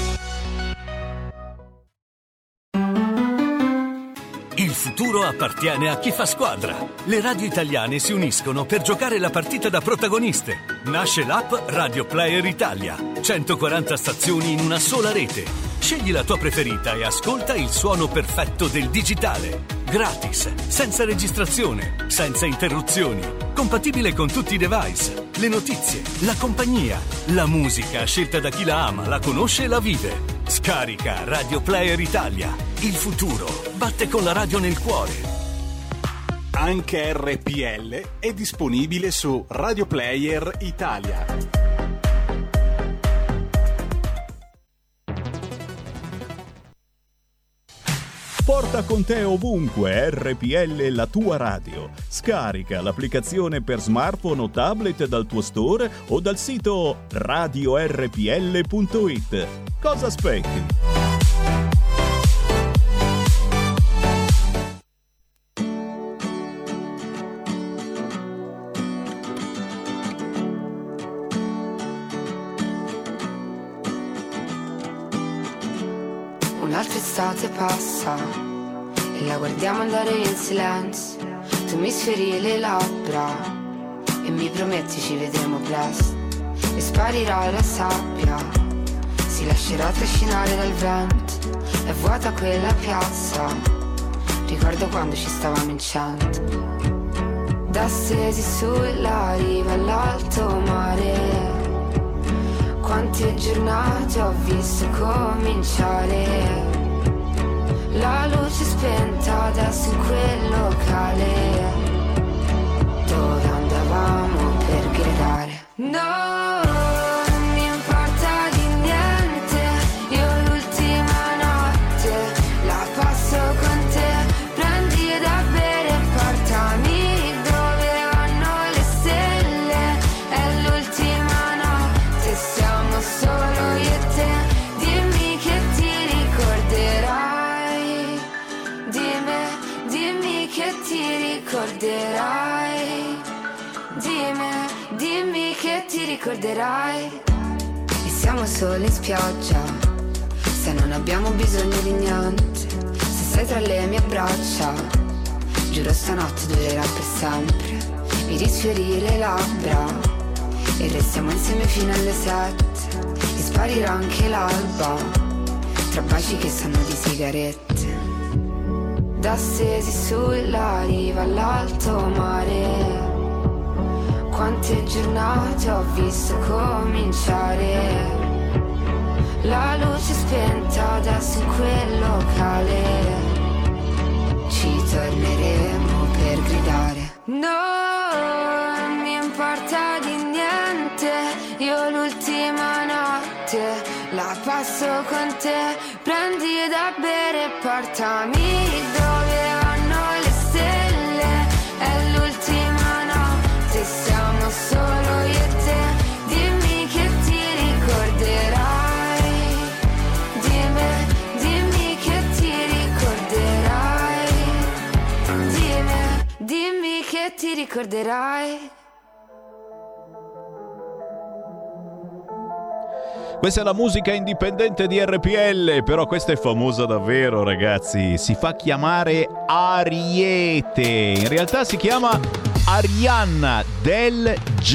Il futuro appartiene a chi fa squadra. Le radio italiane si uniscono per giocare la partita da protagoniste. Nasce l'app Radio Player Italia. 140 stazioni in una sola rete. Scegli la tua preferita e ascolta il suono perfetto del digitale. Gratis, senza registrazione, senza interruzioni. Compatibile con tutti i device. Le notizie, la compagnia, la musica scelta da chi la ama, la conosce e la vive. Scarica Radio Player Italia. Il futuro batte con la radio nel cuore. Anche RPL è disponibile su Radio Player Italia. Porta con te ovunque RPL, la tua radio. Scarica l'applicazione per smartphone o tablet dal tuo store o dal sito radiorpl.it. Cosa aspetti? Un'altra estate passa e la guardiamo andare in silenzio. Tu mi sferi le labbra e mi prometti ci vedremo presto. E sparirà la sabbia, si lascerà trascinare dal vento. È vuota quella piazza, ricordo quando ci stavamo in 100. Da stesi sulla riva all'alto mare, quante giornate ho visto cominciare. La luce spenta adesso in quel locale dove andavamo per gridare. No, non mi importa di niente, ricorderai. E siamo soli in spiaggia, se non abbiamo bisogno di niente, se sei tra le mie braccia, giuro stanotte durerà per sempre. Mi risfiori le labbra e restiamo insieme fino alle 7. E sparirà anche l'alba, tra baci che sanno di sigarette. Da stesi sulla riva all'alto mare, quante giornate ho visto cominciare. La luce spenta adesso in quel locale, ci torneremo per gridare. Non mi importa di niente, io l'ultima notte la passo con te. Prendi da bere e portami dove vanno le stelle. È l'ultima notte, siamo solo io e te. Dimmi che ti ricorderai, dimmi che ti ricorderai, dimmi che ti ricorderai. Questa è la musica indipendente di RPL, però questa è famosa davvero, ragazzi. Si fa chiamare Ariete. In realtà si chiama Arianna del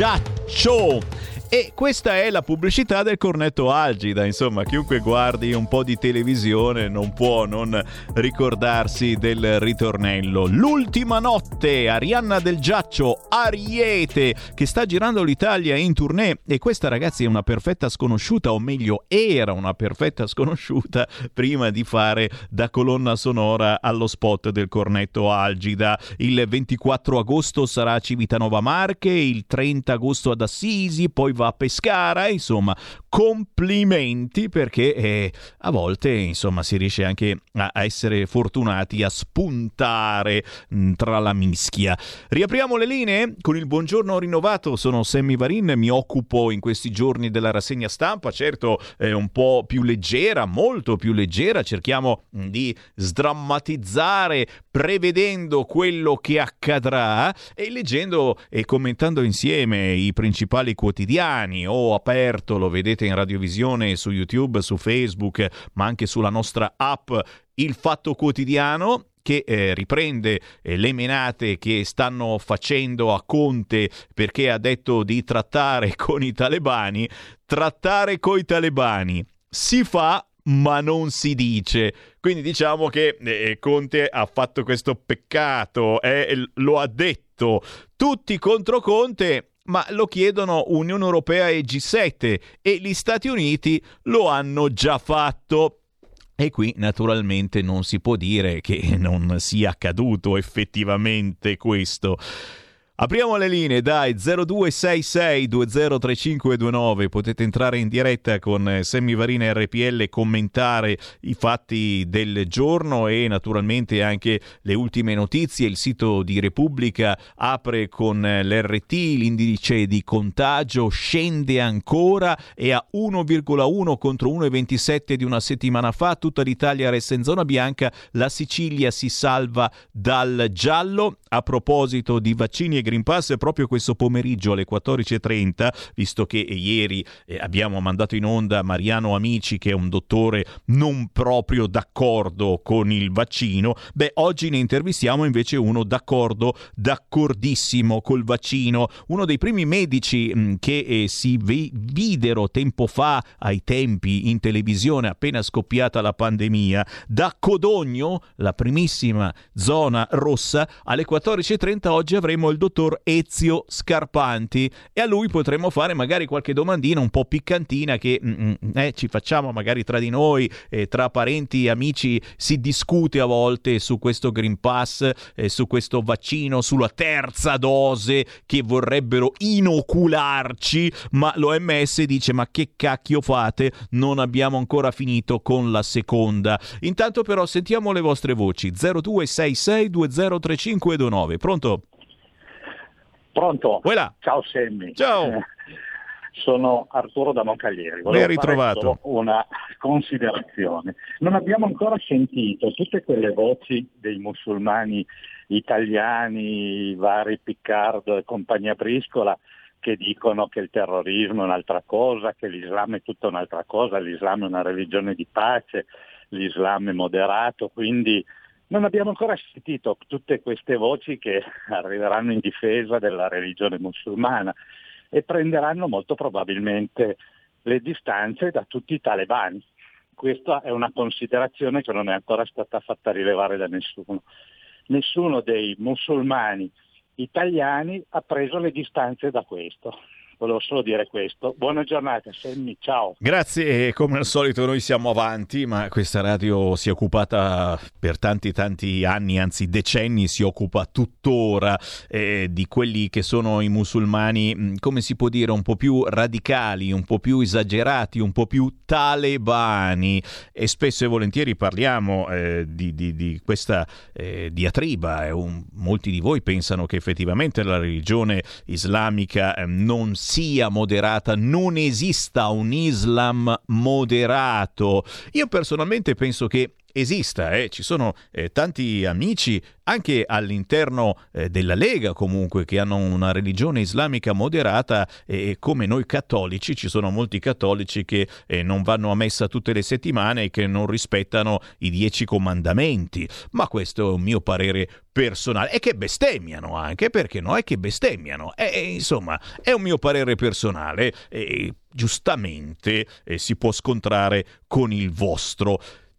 Giaccio. E questa è la pubblicità del cornetto Algida. Insomma, chiunque guardi un po' di televisione non può non ricordarsi del ritornello. L'ultima notte, Arianna del Giaccio, Ariete, che sta girando l'Italia in tournée. E questa, ragazzi, è una perfetta sconosciuta, o meglio era una perfetta sconosciuta prima di fare da colonna sonora allo spot del cornetto Algida. Il 24 agosto sarà a Civitanova Marche, il 30 agosto ad Assisi, poi va a Pescara. Insomma, complimenti, perché a volte insomma si riesce anche a essere fortunati, a spuntare tra la mischia. Riapriamo le linee con il buongiorno rinnovato. Sono Sammy Varin, mi occupo in questi giorni della rassegna stampa, certo un po' più leggera, molto più leggera. Cerchiamo di sdrammatizzare prevedendo quello che accadrà e leggendo e commentando insieme i principali quotidiani. Ho aperto, lo vedete in radiovisione, su YouTube, su Facebook, ma anche sulla nostra app, Il Fatto Quotidiano, che riprende le menate che stanno facendo a Conte perché ha detto di trattare con i talebani. Trattare coi talebani si fa ma non si dice. Quindi diciamo che Conte ha fatto questo peccato, lo ha detto. Tutti contro Conte, ma lo chiedono Unione Europea e G7 e gli Stati Uniti lo hanno già fatto. E qui naturalmente non si può dire che non sia accaduto effettivamente questo. Apriamo le linee, dai, 0266 203529, potete entrare in diretta con Sammy Varin e RPL e commentare i fatti del giorno e naturalmente anche le ultime notizie. Il sito di Repubblica apre con l'RT, l'indice di contagio scende ancora, è a 1,1 contro 1,27 di una settimana fa. Tutta l'Italia resta in zona bianca, la Sicilia si salva dal giallo. A proposito di vaccini e Green Pass, proprio questo pomeriggio alle 14.30, visto che ieri abbiamo mandato in onda Mariano Amici, che è un dottore non proprio d'accordo con il vaccino, oggi ne intervistiamo invece uno d'accordissimo col vaccino, uno dei primi medici che si videro tempo fa, ai tempi in televisione appena scoppiata la pandemia, da Codogno, la primissima zona rossa. Alle 14.30 oggi avremo il dottor Ezio Scarpanti e a lui potremo fare magari qualche domandina un po' piccantina che ci facciamo magari tra di noi, tra parenti e amici si discute a volte su questo Green Pass, su questo vaccino, sulla terza dose che vorrebbero inocularci, ma l'OMS dice: ma che cacchio fate? Non abbiamo ancora finito con la seconda. Intanto però sentiamo le vostre voci. 0266 203529. Pronto? Pronto? Voilà. Ciao Sammy. Ciao. Sono Arturo da Moncaglieri. Ben ritrovato. Fare una considerazione. Non abbiamo ancora sentito tutte quelle voci dei musulmani italiani, vari Piccardo e compagnia briscola, che dicono che il terrorismo è un'altra cosa, che l'Islam è tutta un'altra cosa, l'Islam è una religione di pace, l'Islam è moderato, quindi non abbiamo ancora sentito tutte queste voci che arriveranno in difesa della religione musulmana e prenderanno molto probabilmente le distanze da tutti i talebani. Questa è una considerazione che non è ancora stata fatta rilevare da nessuno. Nessuno dei musulmani italiani ha preso le distanze da questo. Volevo solo dire questo. Buona giornata, Sammy, ciao. Grazie, come al solito noi siamo avanti, ma questa radio si è occupata per tanti anni, anzi decenni, si occupa tuttora di quelli che sono i musulmani, come si può dire, un po' più radicali, un po' più esagerati, un po' più talebani, e spesso e volentieri parliamo di questa diatriba. Molti di voi pensano che effettivamente la religione islamica non sia moderata, non esista un Islam moderato. Io personalmente penso che esista, ci sono tanti amici anche all'interno della Lega comunque che hanno una religione islamica moderata, e come noi cattolici ci sono molti cattolici che non vanno a messa tutte le settimane e che non rispettano i 10 comandamenti, ma questo è un mio parere personale, e che bestemmiano anche, perché no, è che bestemmiano, insomma è un mio parere personale, e giustamente si può scontrare con il vostro.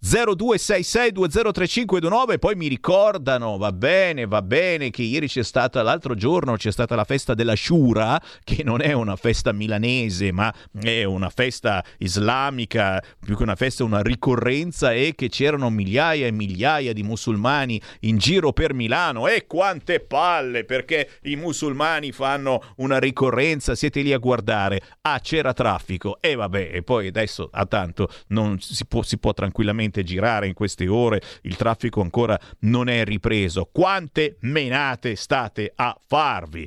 0266203529. Poi mi ricordano, va bene, che ieri l'altro giorno c'è stata la festa della Shura, che non è una festa milanese ma è una festa islamica, più che una festa una ricorrenza, e che c'erano migliaia e migliaia di musulmani in giro per Milano. E quante palle, perché i musulmani fanno una ricorrenza, siete lì a guardare, c'era traffico, e vabbè, e poi adesso a tanto non si può tranquillamente girare in queste ore, il traffico ancora non è ripreso. Quante menate state a farvi?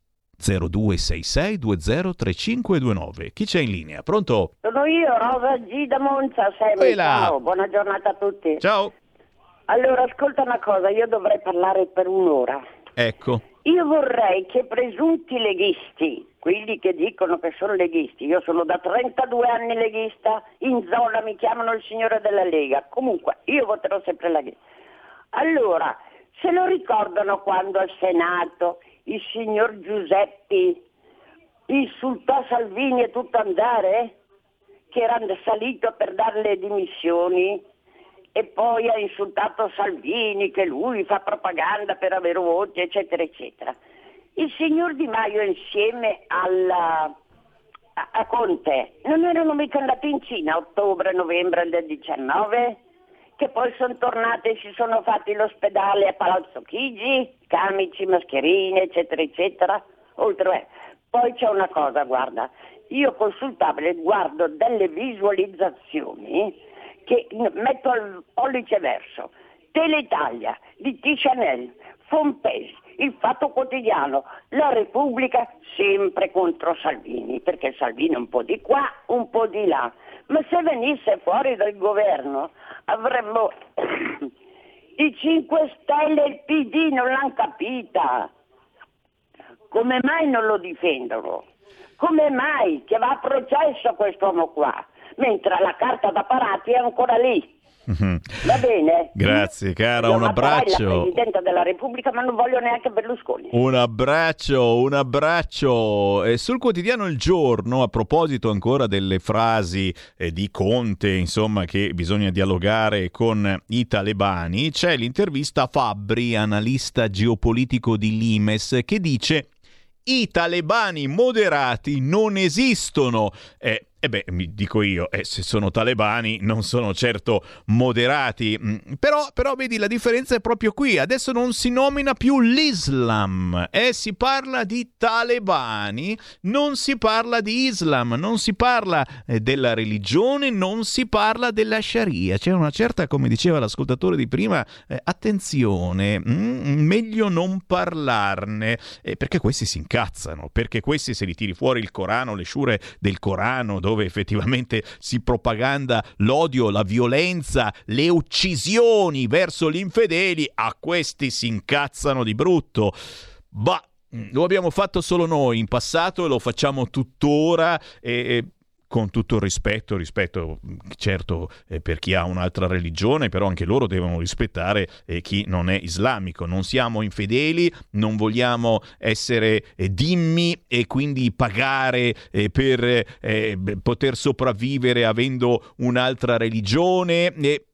0266203529. Chi c'è in linea? Pronto? Sono io, Rosa G da Monza. Ciao, buona giornata a tutti. Ciao. Allora, ascolta una cosa, io dovrei parlare per un'ora. Ecco. Io vorrei che presunti leghisti, quelli che dicono che sono leghisti, io sono da 32 anni leghista, in zona mi chiamano il signore della Lega, comunque io voterò sempre la Lega. Allora, se lo ricordano quando al Senato il signor Giuseppi insultò Salvini e tutto andare, che era salito per dare le dimissioni, e poi ha insultato Salvini, che lui fa propaganda per avere voti, eccetera, eccetera. Il signor Di Maio insieme a Conte non erano mica andati in Cina a ottobre-novembre del 19, che poi sono tornati e si sono fatti l'ospedale a Palazzo Chigi, camici, mascherine, eccetera, eccetera. Oltre, poi c'è una cosa, guarda, io consultabile guardo delle visualizzazioni che metto al pollice verso, Teletalia, di Chanel, Fompes, Il Fatto Quotidiano, La Repubblica, sempre contro Salvini, perché Salvini un po' di qua, un po' di là, ma se venisse fuori dal governo avremmo i 5 Stelle e il PD, non l'hanno capita. Come mai non lo difendono? Come mai che va a processo quest'uomo qua? Mentre la carta da Parati è ancora lì. Va bene? Grazie cara, un abbraccio. Il Presidente della Repubblica, ma non voglio neanche Berlusconi. Un abbraccio. E sul quotidiano Il Giorno, a proposito ancora delle frasi di Conte, insomma, che bisogna dialogare con i talebani, c'è l'intervista a Fabbri, analista geopolitico di Limes, che dice: i talebani moderati non esistono. Mi dico io, se sono talebani non sono certo moderati, però vedi, la differenza è proprio qui. Adesso non si nomina più l'Islam, si parla di talebani, non si parla di Islam, non si parla della religione, non si parla della Sharia. C'è una certa, come diceva l'ascoltatore di prima, attenzione, meglio non parlarne, perché questi si incazzano, perché questi, se li tiri fuori il Corano, le sure del Corano, dove effettivamente si propaganda l'odio, la violenza, le uccisioni verso gli infedeli, a questi si incazzano di brutto. lo abbiamo fatto solo noi in passato e lo facciamo tuttora, e con tutto il rispetto certo per chi ha un'altra religione, però anche loro devono rispettare chi non è islamico. Non siamo infedeli, non vogliamo essere dimmi e quindi pagare per poter sopravvivere avendo un'altra religione.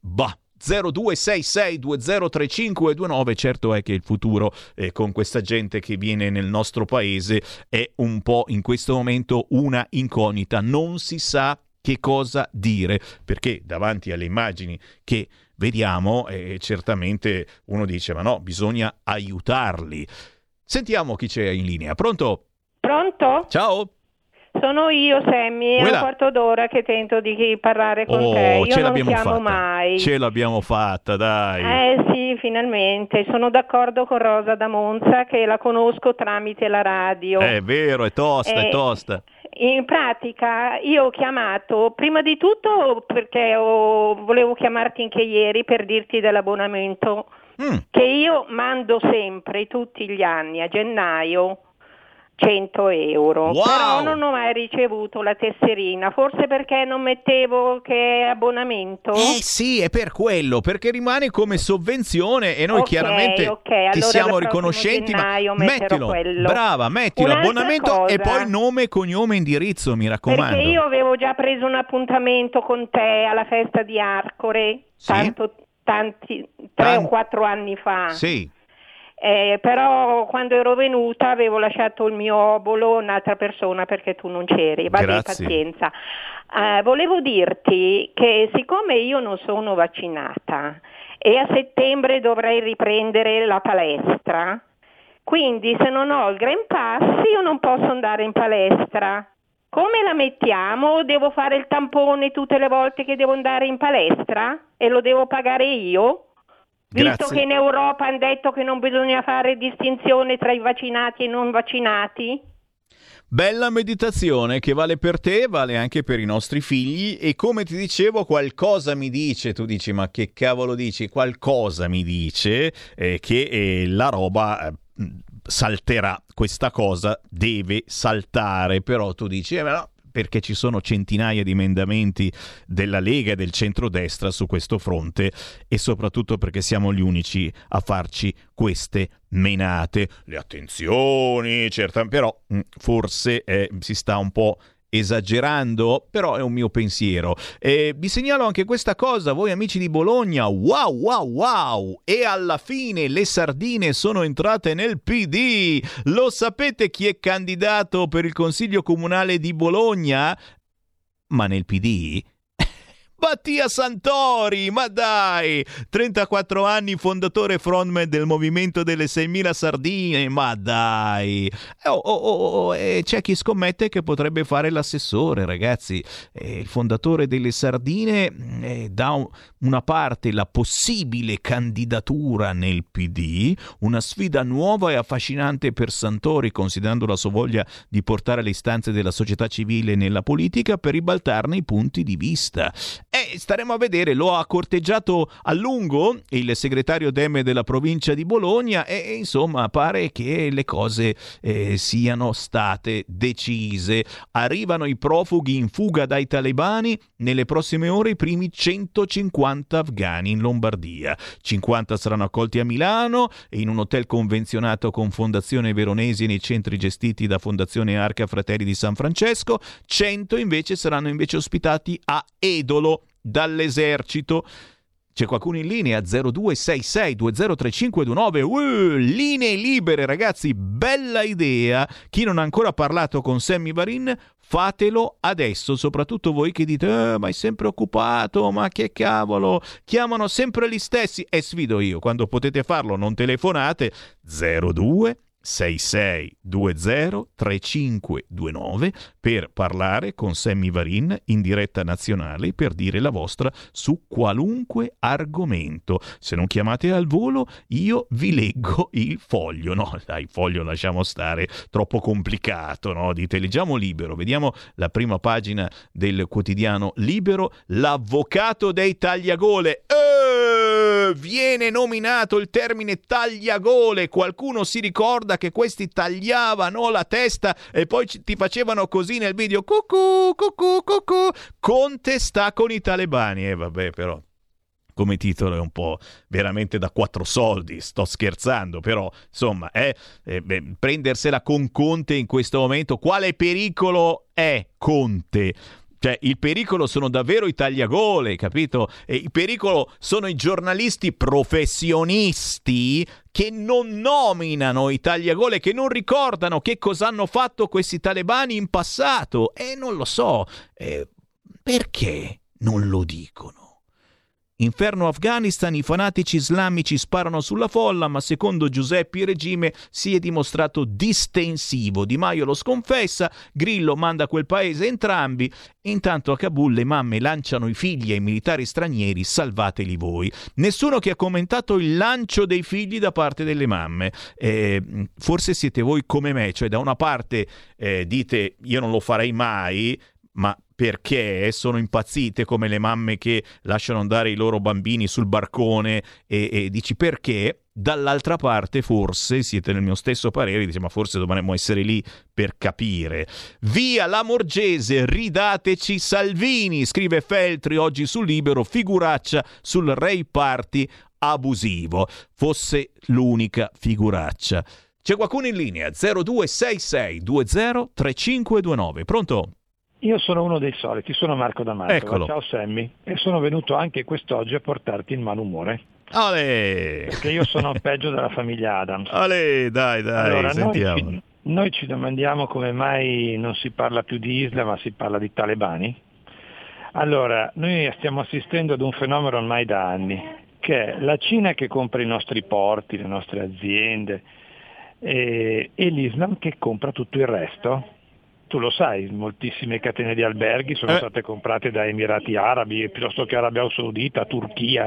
0266203529. Certo è che il futuro con questa gente che viene nel nostro paese è un po' in questo momento una incognita, non si sa che cosa dire, perché davanti alle immagini che vediamo certamente uno dice ma no, bisogna aiutarli. Sentiamo chi c'è in linea. Pronto? Pronto? Ciao. Sono io, Sammy, è un quarto d'ora che tento di parlare con te. Io non chiamo mai. Ce l'abbiamo fatta, dai. Sì, finalmente. Sono d'accordo con Rosa da Monza, che la conosco tramite la radio. È vero, è tosta. In pratica io ho chiamato prima di tutto perché volevo chiamarti anche ieri per dirti dell'abbonamento che io mando sempre, tutti gli anni, a gennaio, 100 euro. Wow! Però non ho mai ricevuto la tesserina, forse perché non mettevo che è abbonamento. Sì, è per quello, perché rimane come sovvenzione e noi chiaramente allora ti siamo riconoscenti, ma mettilo, brava, metti l'abbonamento e poi nome, cognome, indirizzo, mi raccomando. Perché io avevo già preso un appuntamento con te alla festa di Arcore, tanti 3 o 4 anni fa. Sì. Però quando ero venuta avevo lasciato il mio obolo a un'altra persona perché tu non c'eri. Vabbè, pazienza. Volevo dirti che siccome io non sono vaccinata e a settembre dovrei riprendere la palestra, quindi se non ho il Green Pass io non posso andare in palestra. Come la mettiamo? Devo fare il tampone tutte le volte che devo andare in palestra e lo devo pagare io? Visto che in Europa hanno detto che non bisogna fare distinzione tra i vaccinati e i non vaccinati? Bella meditazione che vale per te, vale anche per i nostri figli, e come ti dicevo qualcosa mi dice, tu dici ma che cavolo dici? Qualcosa mi dice che la roba salterà, questa cosa deve saltare, però tu dici ma no, perché ci sono centinaia di emendamenti della Lega e del centrodestra su questo fronte, e soprattutto perché siamo gli unici a farci queste menate. Le attenzioni, però forse si sta un po' esagerando, però è un mio pensiero. Vi segnalo anche questa cosa, voi amici di Bologna, wow, e alla fine le sardine sono entrate nel PD. Lo sapete chi è candidato per il Consiglio Comunale di Bologna? Ma nel PD? Mattia Santori, ma dai, 34 anni, fondatore frontman del movimento delle 6.000 sardine, ma dai. C'è chi scommette che potrebbe fare l'assessore, ragazzi. Il fondatore delle sardine da una parte la possibile candidatura nel PD, una sfida nuova e affascinante per Santori, considerando la sua voglia di portare le istanze della società civile nella politica per ribaltarne i punti di vista. Staremo a vedere, lo ha corteggiato a lungo il segretario Dem della provincia di Bologna e insomma pare che le cose siano state decise. Arrivano i profughi in fuga dai talebani, nelle prossime ore i primi 150 afghani in Lombardia. 50 saranno accolti a Milano in un hotel convenzionato con Fondazione Veronesi nei centri gestiti da Fondazione Arca Fratelli di San Francesco. 100 invece saranno ospitati a Edolo dall'esercito. C'è qualcuno in linea? 0266203529. Linee libere, ragazzi, bella idea. Chi non ha ancora parlato con Sammy Varin, fatelo adesso, soprattutto voi che dite ma è sempre occupato, ma che cavolo, chiamano sempre gli stessi. Sfido io, quando potete farlo non telefonate. 0266203529 per parlare con Sammy Varin in diretta nazionale, per dire la vostra su qualunque argomento. Se non chiamate al volo io vi leggo il foglio. No, dai, il foglio lasciamo stare, troppo complicato, no? Dite leggiamo Libero, vediamo la prima pagina del quotidiano Libero. L'avvocato dei tagliagole viene nominato il termine tagliagole. Qualcuno si ricorda che questi tagliavano la testa e poi ti facevano così nel video, cucù, cucù, cucù. Conte sta con i talebani. Vabbè, però come titolo è un po' veramente da 4 soldi, sto scherzando, però insomma prendersela con Conte in questo momento. Quale pericolo è Conte? Cioè, il pericolo sono davvero i tagliagole, capito? E il pericolo sono i giornalisti professionisti che non nominano i tagliagole, che non ricordano che cosa hanno fatto questi talebani in passato. E non lo so, perché non lo dicono? Inferno Afghanistan, i fanatici islamici sparano sulla folla, ma secondo Giuseppe il regime si è dimostrato distensivo. Di Maio lo sconfessa, Grillo manda a quel paese entrambi. Intanto a Kabul le mamme lanciano i figli ai militari stranieri, salvateli voi. Nessuno che ha commentato il lancio dei figli da parte delle mamme. Forse siete voi come me, cioè da una parte dite io non lo farei mai, ma perché sono impazzite come le mamme che lasciano andare i loro bambini sul barcone e dici perché? Dall'altra parte forse siete nel mio stesso parere, dice ma forse dovremmo essere lì per capire. Via Lamorgese, ridateci Salvini, scrive Feltri oggi su Libero, figuraccia sul Rave Party abusivo. Fosse l'unica figuraccia. C'è qualcuno in linea? 0266 20 3529. Pronto? Io sono uno dei soliti, sono Marco da Mantova. Eccolo. Ciao Sammy, e sono venuto anche quest'oggi a portarti il malumore. Ale! Perché io sono peggio della famiglia Adams. Ale, dai, allora, sentiamo. Noi ci domandiamo come mai non si parla più di Islam, ma si parla di talebani. Allora, noi stiamo assistendo ad un fenomeno ormai da anni, che è la Cina che compra i nostri porti, le nostre aziende, e l'Islam che compra tutto il resto. Tu lo sai, moltissime catene di alberghi sono state comprate da Emirati Arabi, piuttosto che Arabia Saudita, Turchia,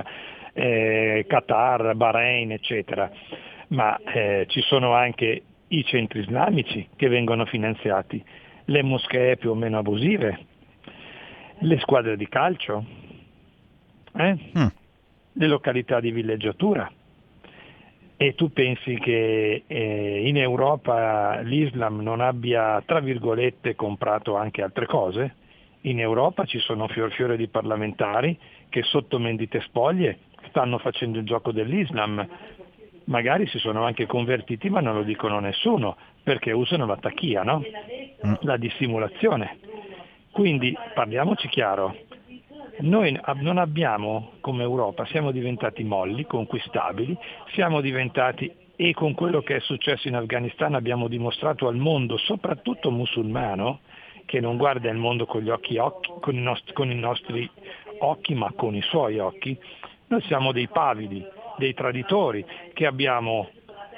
Qatar, Bahrain, eccetera. Ma ci sono anche i centri islamici che vengono finanziati, le moschee più o meno abusive, le squadre di calcio, le località di villeggiatura. E tu pensi che in Europa l'Islam non abbia, tra virgolette, comprato anche altre cose? In Europa ci sono fior di parlamentari che sotto mendite spoglie stanno facendo il gioco dell'Islam. Magari si sono anche convertiti, ma non lo dicono nessuno, perché usano la taqiyya, no? La dissimulazione. Quindi parliamoci chiaro. Noi non abbiamo, come Europa, siamo diventati molli, conquistabili, siamo diventati, e con quello che è successo in Afghanistan abbiamo dimostrato al mondo, soprattutto musulmano, che non guarda il mondo con gli occhi con i nostri occhi, ma con i suoi occhi. Noi siamo dei pavidi, dei traditori, che abbiamo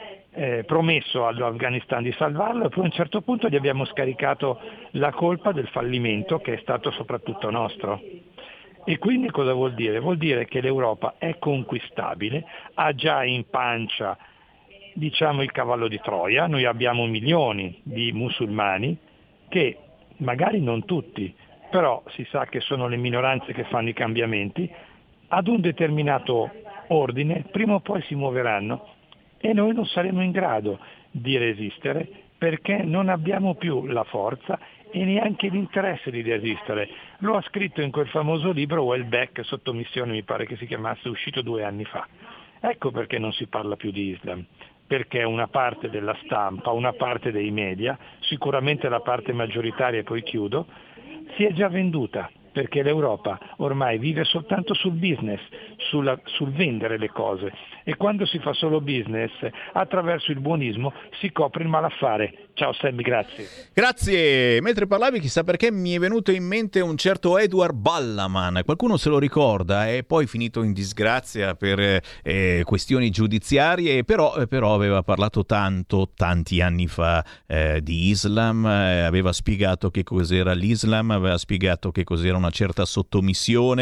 promesso all'Afghanistan di salvarlo e poi a un certo punto gli abbiamo scaricato la colpa del fallimento che è stato soprattutto nostro. E quindi cosa vuol dire? Vuol dire che l'Europa è conquistabile, ha già in pancia, diciamo, il cavallo di Troia. Noi abbiamo milioni di musulmani che, magari non tutti, però si sa che sono le minoranze che fanno i cambiamenti, ad un determinato ordine prima o poi si muoveranno e noi non saremo in grado di resistere perché non abbiamo più la forza e neanche l'interesse di resistere. Lo ha scritto in quel famoso libro Welbeck, Sottomissione, mi pare che si chiamasse, uscito 2 anni fa. Ecco perché non si parla più di Islam, perché una parte della stampa, una parte dei media, sicuramente la parte maggioritaria, e poi chiudo, si è già venduta, perché l'Europa ormai vive soltanto sul business, sul vendere le cose, e quando si fa solo business, attraverso il buonismo si copre il malaffare. Ciao Sammy, grazie. Grazie. Mentre parlavi, chissà perché mi è venuto in mente un certo Edward Ballaman, qualcuno se lo ricorda, è poi finito in disgrazia per questioni giudiziarie, però aveva parlato tanti anni fa di Islam, aveva spiegato che cos'era l'Islam, aveva spiegato che cos'era una certa sottomissione.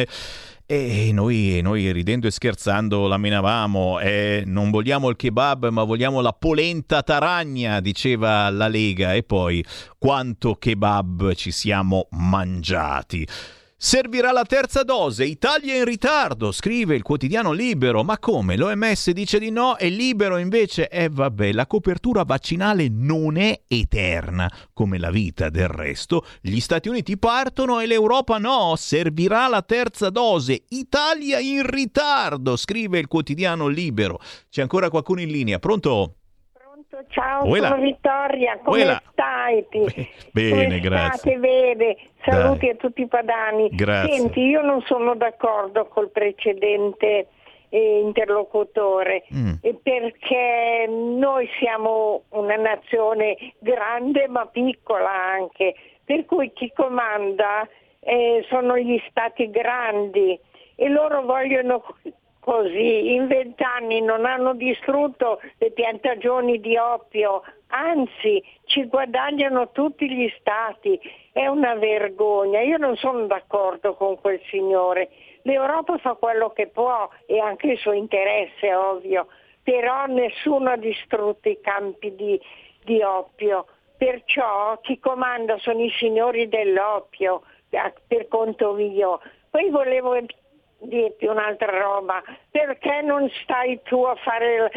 E noi ridendo e scherzando la menavamo, non vogliamo il kebab ma vogliamo la polenta taragna, diceva la Lega, e poi quanto kebab ci siamo mangiati. Servirà la terza dose, Italia in ritardo, scrive il quotidiano Libero. Ma come? L'OMS dice di no e Libero invece? Vabbè, la copertura vaccinale non è eterna, come la vita del resto. Gli Stati Uniti partono e l'Europa no, servirà la terza dose, Italia in ritardo, scrive il quotidiano Libero. C'è ancora qualcuno in linea, pronto? Ciao, sono Vittoria, come stai? Bene, come grazie. State? Bene, saluti Dai. a tutti i padani. Grazie. Senti, io non sono d'accordo col precedente interlocutore perché noi siamo una nazione grande ma piccola anche, per cui chi comanda sono gli stati grandi e loro vogliono così. In 20 anni non hanno distrutto le piantagioni di oppio, anzi ci guadagnano tutti gli stati. È una vergogna. Io non sono d'accordo con quel signore. L'Europa fa quello che può e anche il suo interesse, ovvio, però nessuno ha distrutto i campi di oppio. Perciò chi comanda sono i signori dell'oppio, per conto mio. Poi volevo dirti un'altra roba, perché non stai tu a fare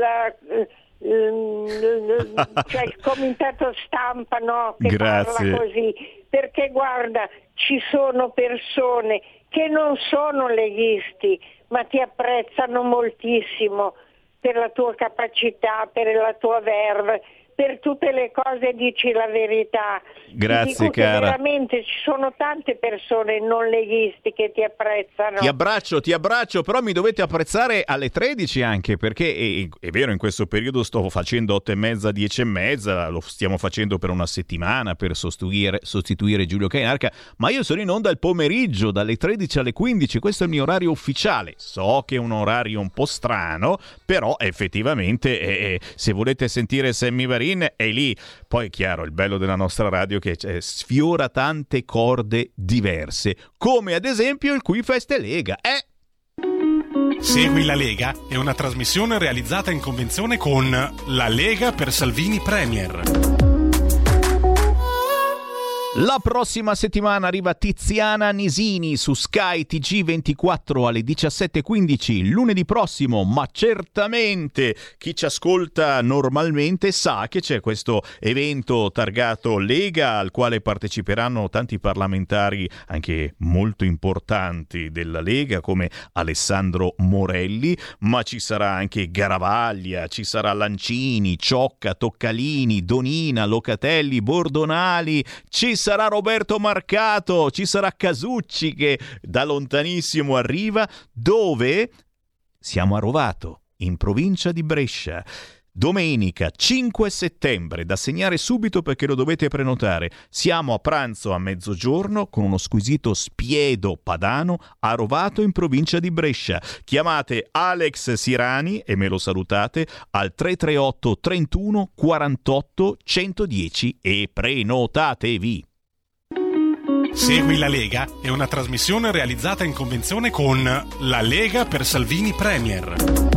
cioè il comitato stampa, no, che Grazie. parla così? Perché guarda, ci sono persone che non sono leghisti ma ti apprezzano moltissimo per la tua capacità, per la tua verve, per tutte le cose dici la verità. Grazie, ti dico cara. che veramente ci sono tante persone non leghisti che ti apprezzano. Ti abbraccio, però mi dovete apprezzare alle 13 anche, perché è vero, in questo periodo sto facendo 8:30, 10:30, lo stiamo facendo per una settimana per sostituire Giulio Cainarca, ma io sono in onda il pomeriggio dalle 13 alle 15, questo è il mio orario ufficiale. So che è un orario un po' strano, però effettivamente se volete sentire Sammy Varin è lì. Poi è chiaro, il bello della nostra radio che sfiora tante corde diverse, come ad esempio il Qui Feste Lega. Segui la Lega è una trasmissione realizzata in convenzione con La Lega per Salvini Premier. La prossima settimana arriva Tiziana Nisini su Sky TG24 alle 17:15 lunedì prossimo, ma certamente chi ci ascolta normalmente sa che c'è questo evento targato Lega al quale parteciperanno tanti parlamentari anche molto importanti della Lega come Alessandro Morelli, ma ci sarà anche Garavaglia, ci sarà Lancini, Ciocca, Toccalini, Donina, Locatelli, Bordonali, ci sarà Roberto Marcato, ci sarà Casucci che da lontanissimo arriva. Dove? Siamo a Rovato, in provincia di Brescia. Domenica 5 settembre, da segnare subito perché lo dovete prenotare. Siamo a pranzo a mezzogiorno con uno squisito spiedo padano a Rovato in provincia di Brescia. Chiamate Alex Sirani e me lo salutate al 338 31 48 110 e prenotatevi. Segui la Lega è una trasmissione realizzata in convenzione con La Lega per Salvini Premier.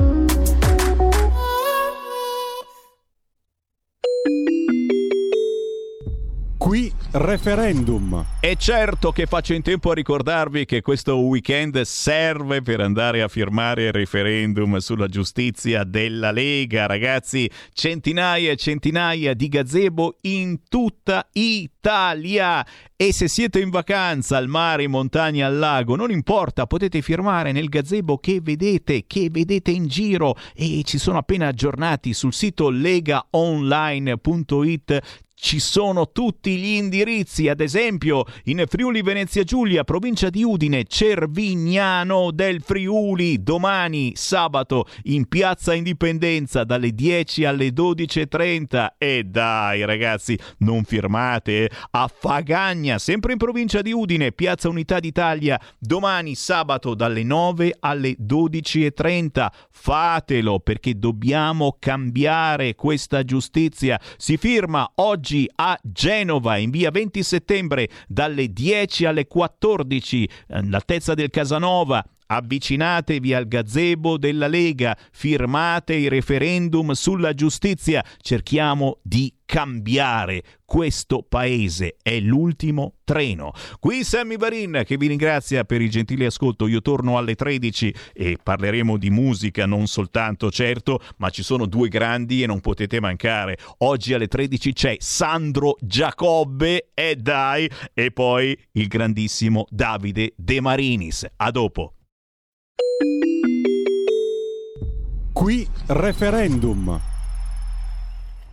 Qui referendum. E certo che faccio in tempo a ricordarvi che questo weekend serve per andare a firmare il referendum sulla giustizia della Lega. Ragazzi, centinaia e centinaia di gazebo in tutta Italia. E se siete in vacanza al mare, in montagna, al lago, non importa, potete firmare nel gazebo che vedete in giro, e ci sono appena aggiornati sul sito legaonline.it. Ci sono tutti gli indirizzi, ad esempio in Friuli Venezia Giulia, provincia di Udine, Cervignano del Friuli, domani sabato in Piazza Indipendenza dalle 10 alle 12:30. E dai ragazzi, non firmate? A Fagagna, sempre in provincia di Udine, Piazza Unità d'Italia, domani sabato dalle 9 alle 12:30. Fatelo, perché dobbiamo cambiare questa giustizia. Si firma oggi a Genova in via 20 settembre dalle 10 alle 14, all'altezza del Casanova, avvicinatevi al gazebo della Lega, firmate i referendum sulla giustizia, cerchiamo di cambiare questo paese, è l'ultimo treno. Qui Sammy Varin che vi ringrazia per il gentile ascolto. Io torno alle 13 e parleremo di musica, non soltanto, certo, ma ci sono due grandi e non potete mancare. Oggi alle 13 c'è Sandro Giacobbe e poi il grandissimo Davide De Marinis. A dopo. Qui referendum.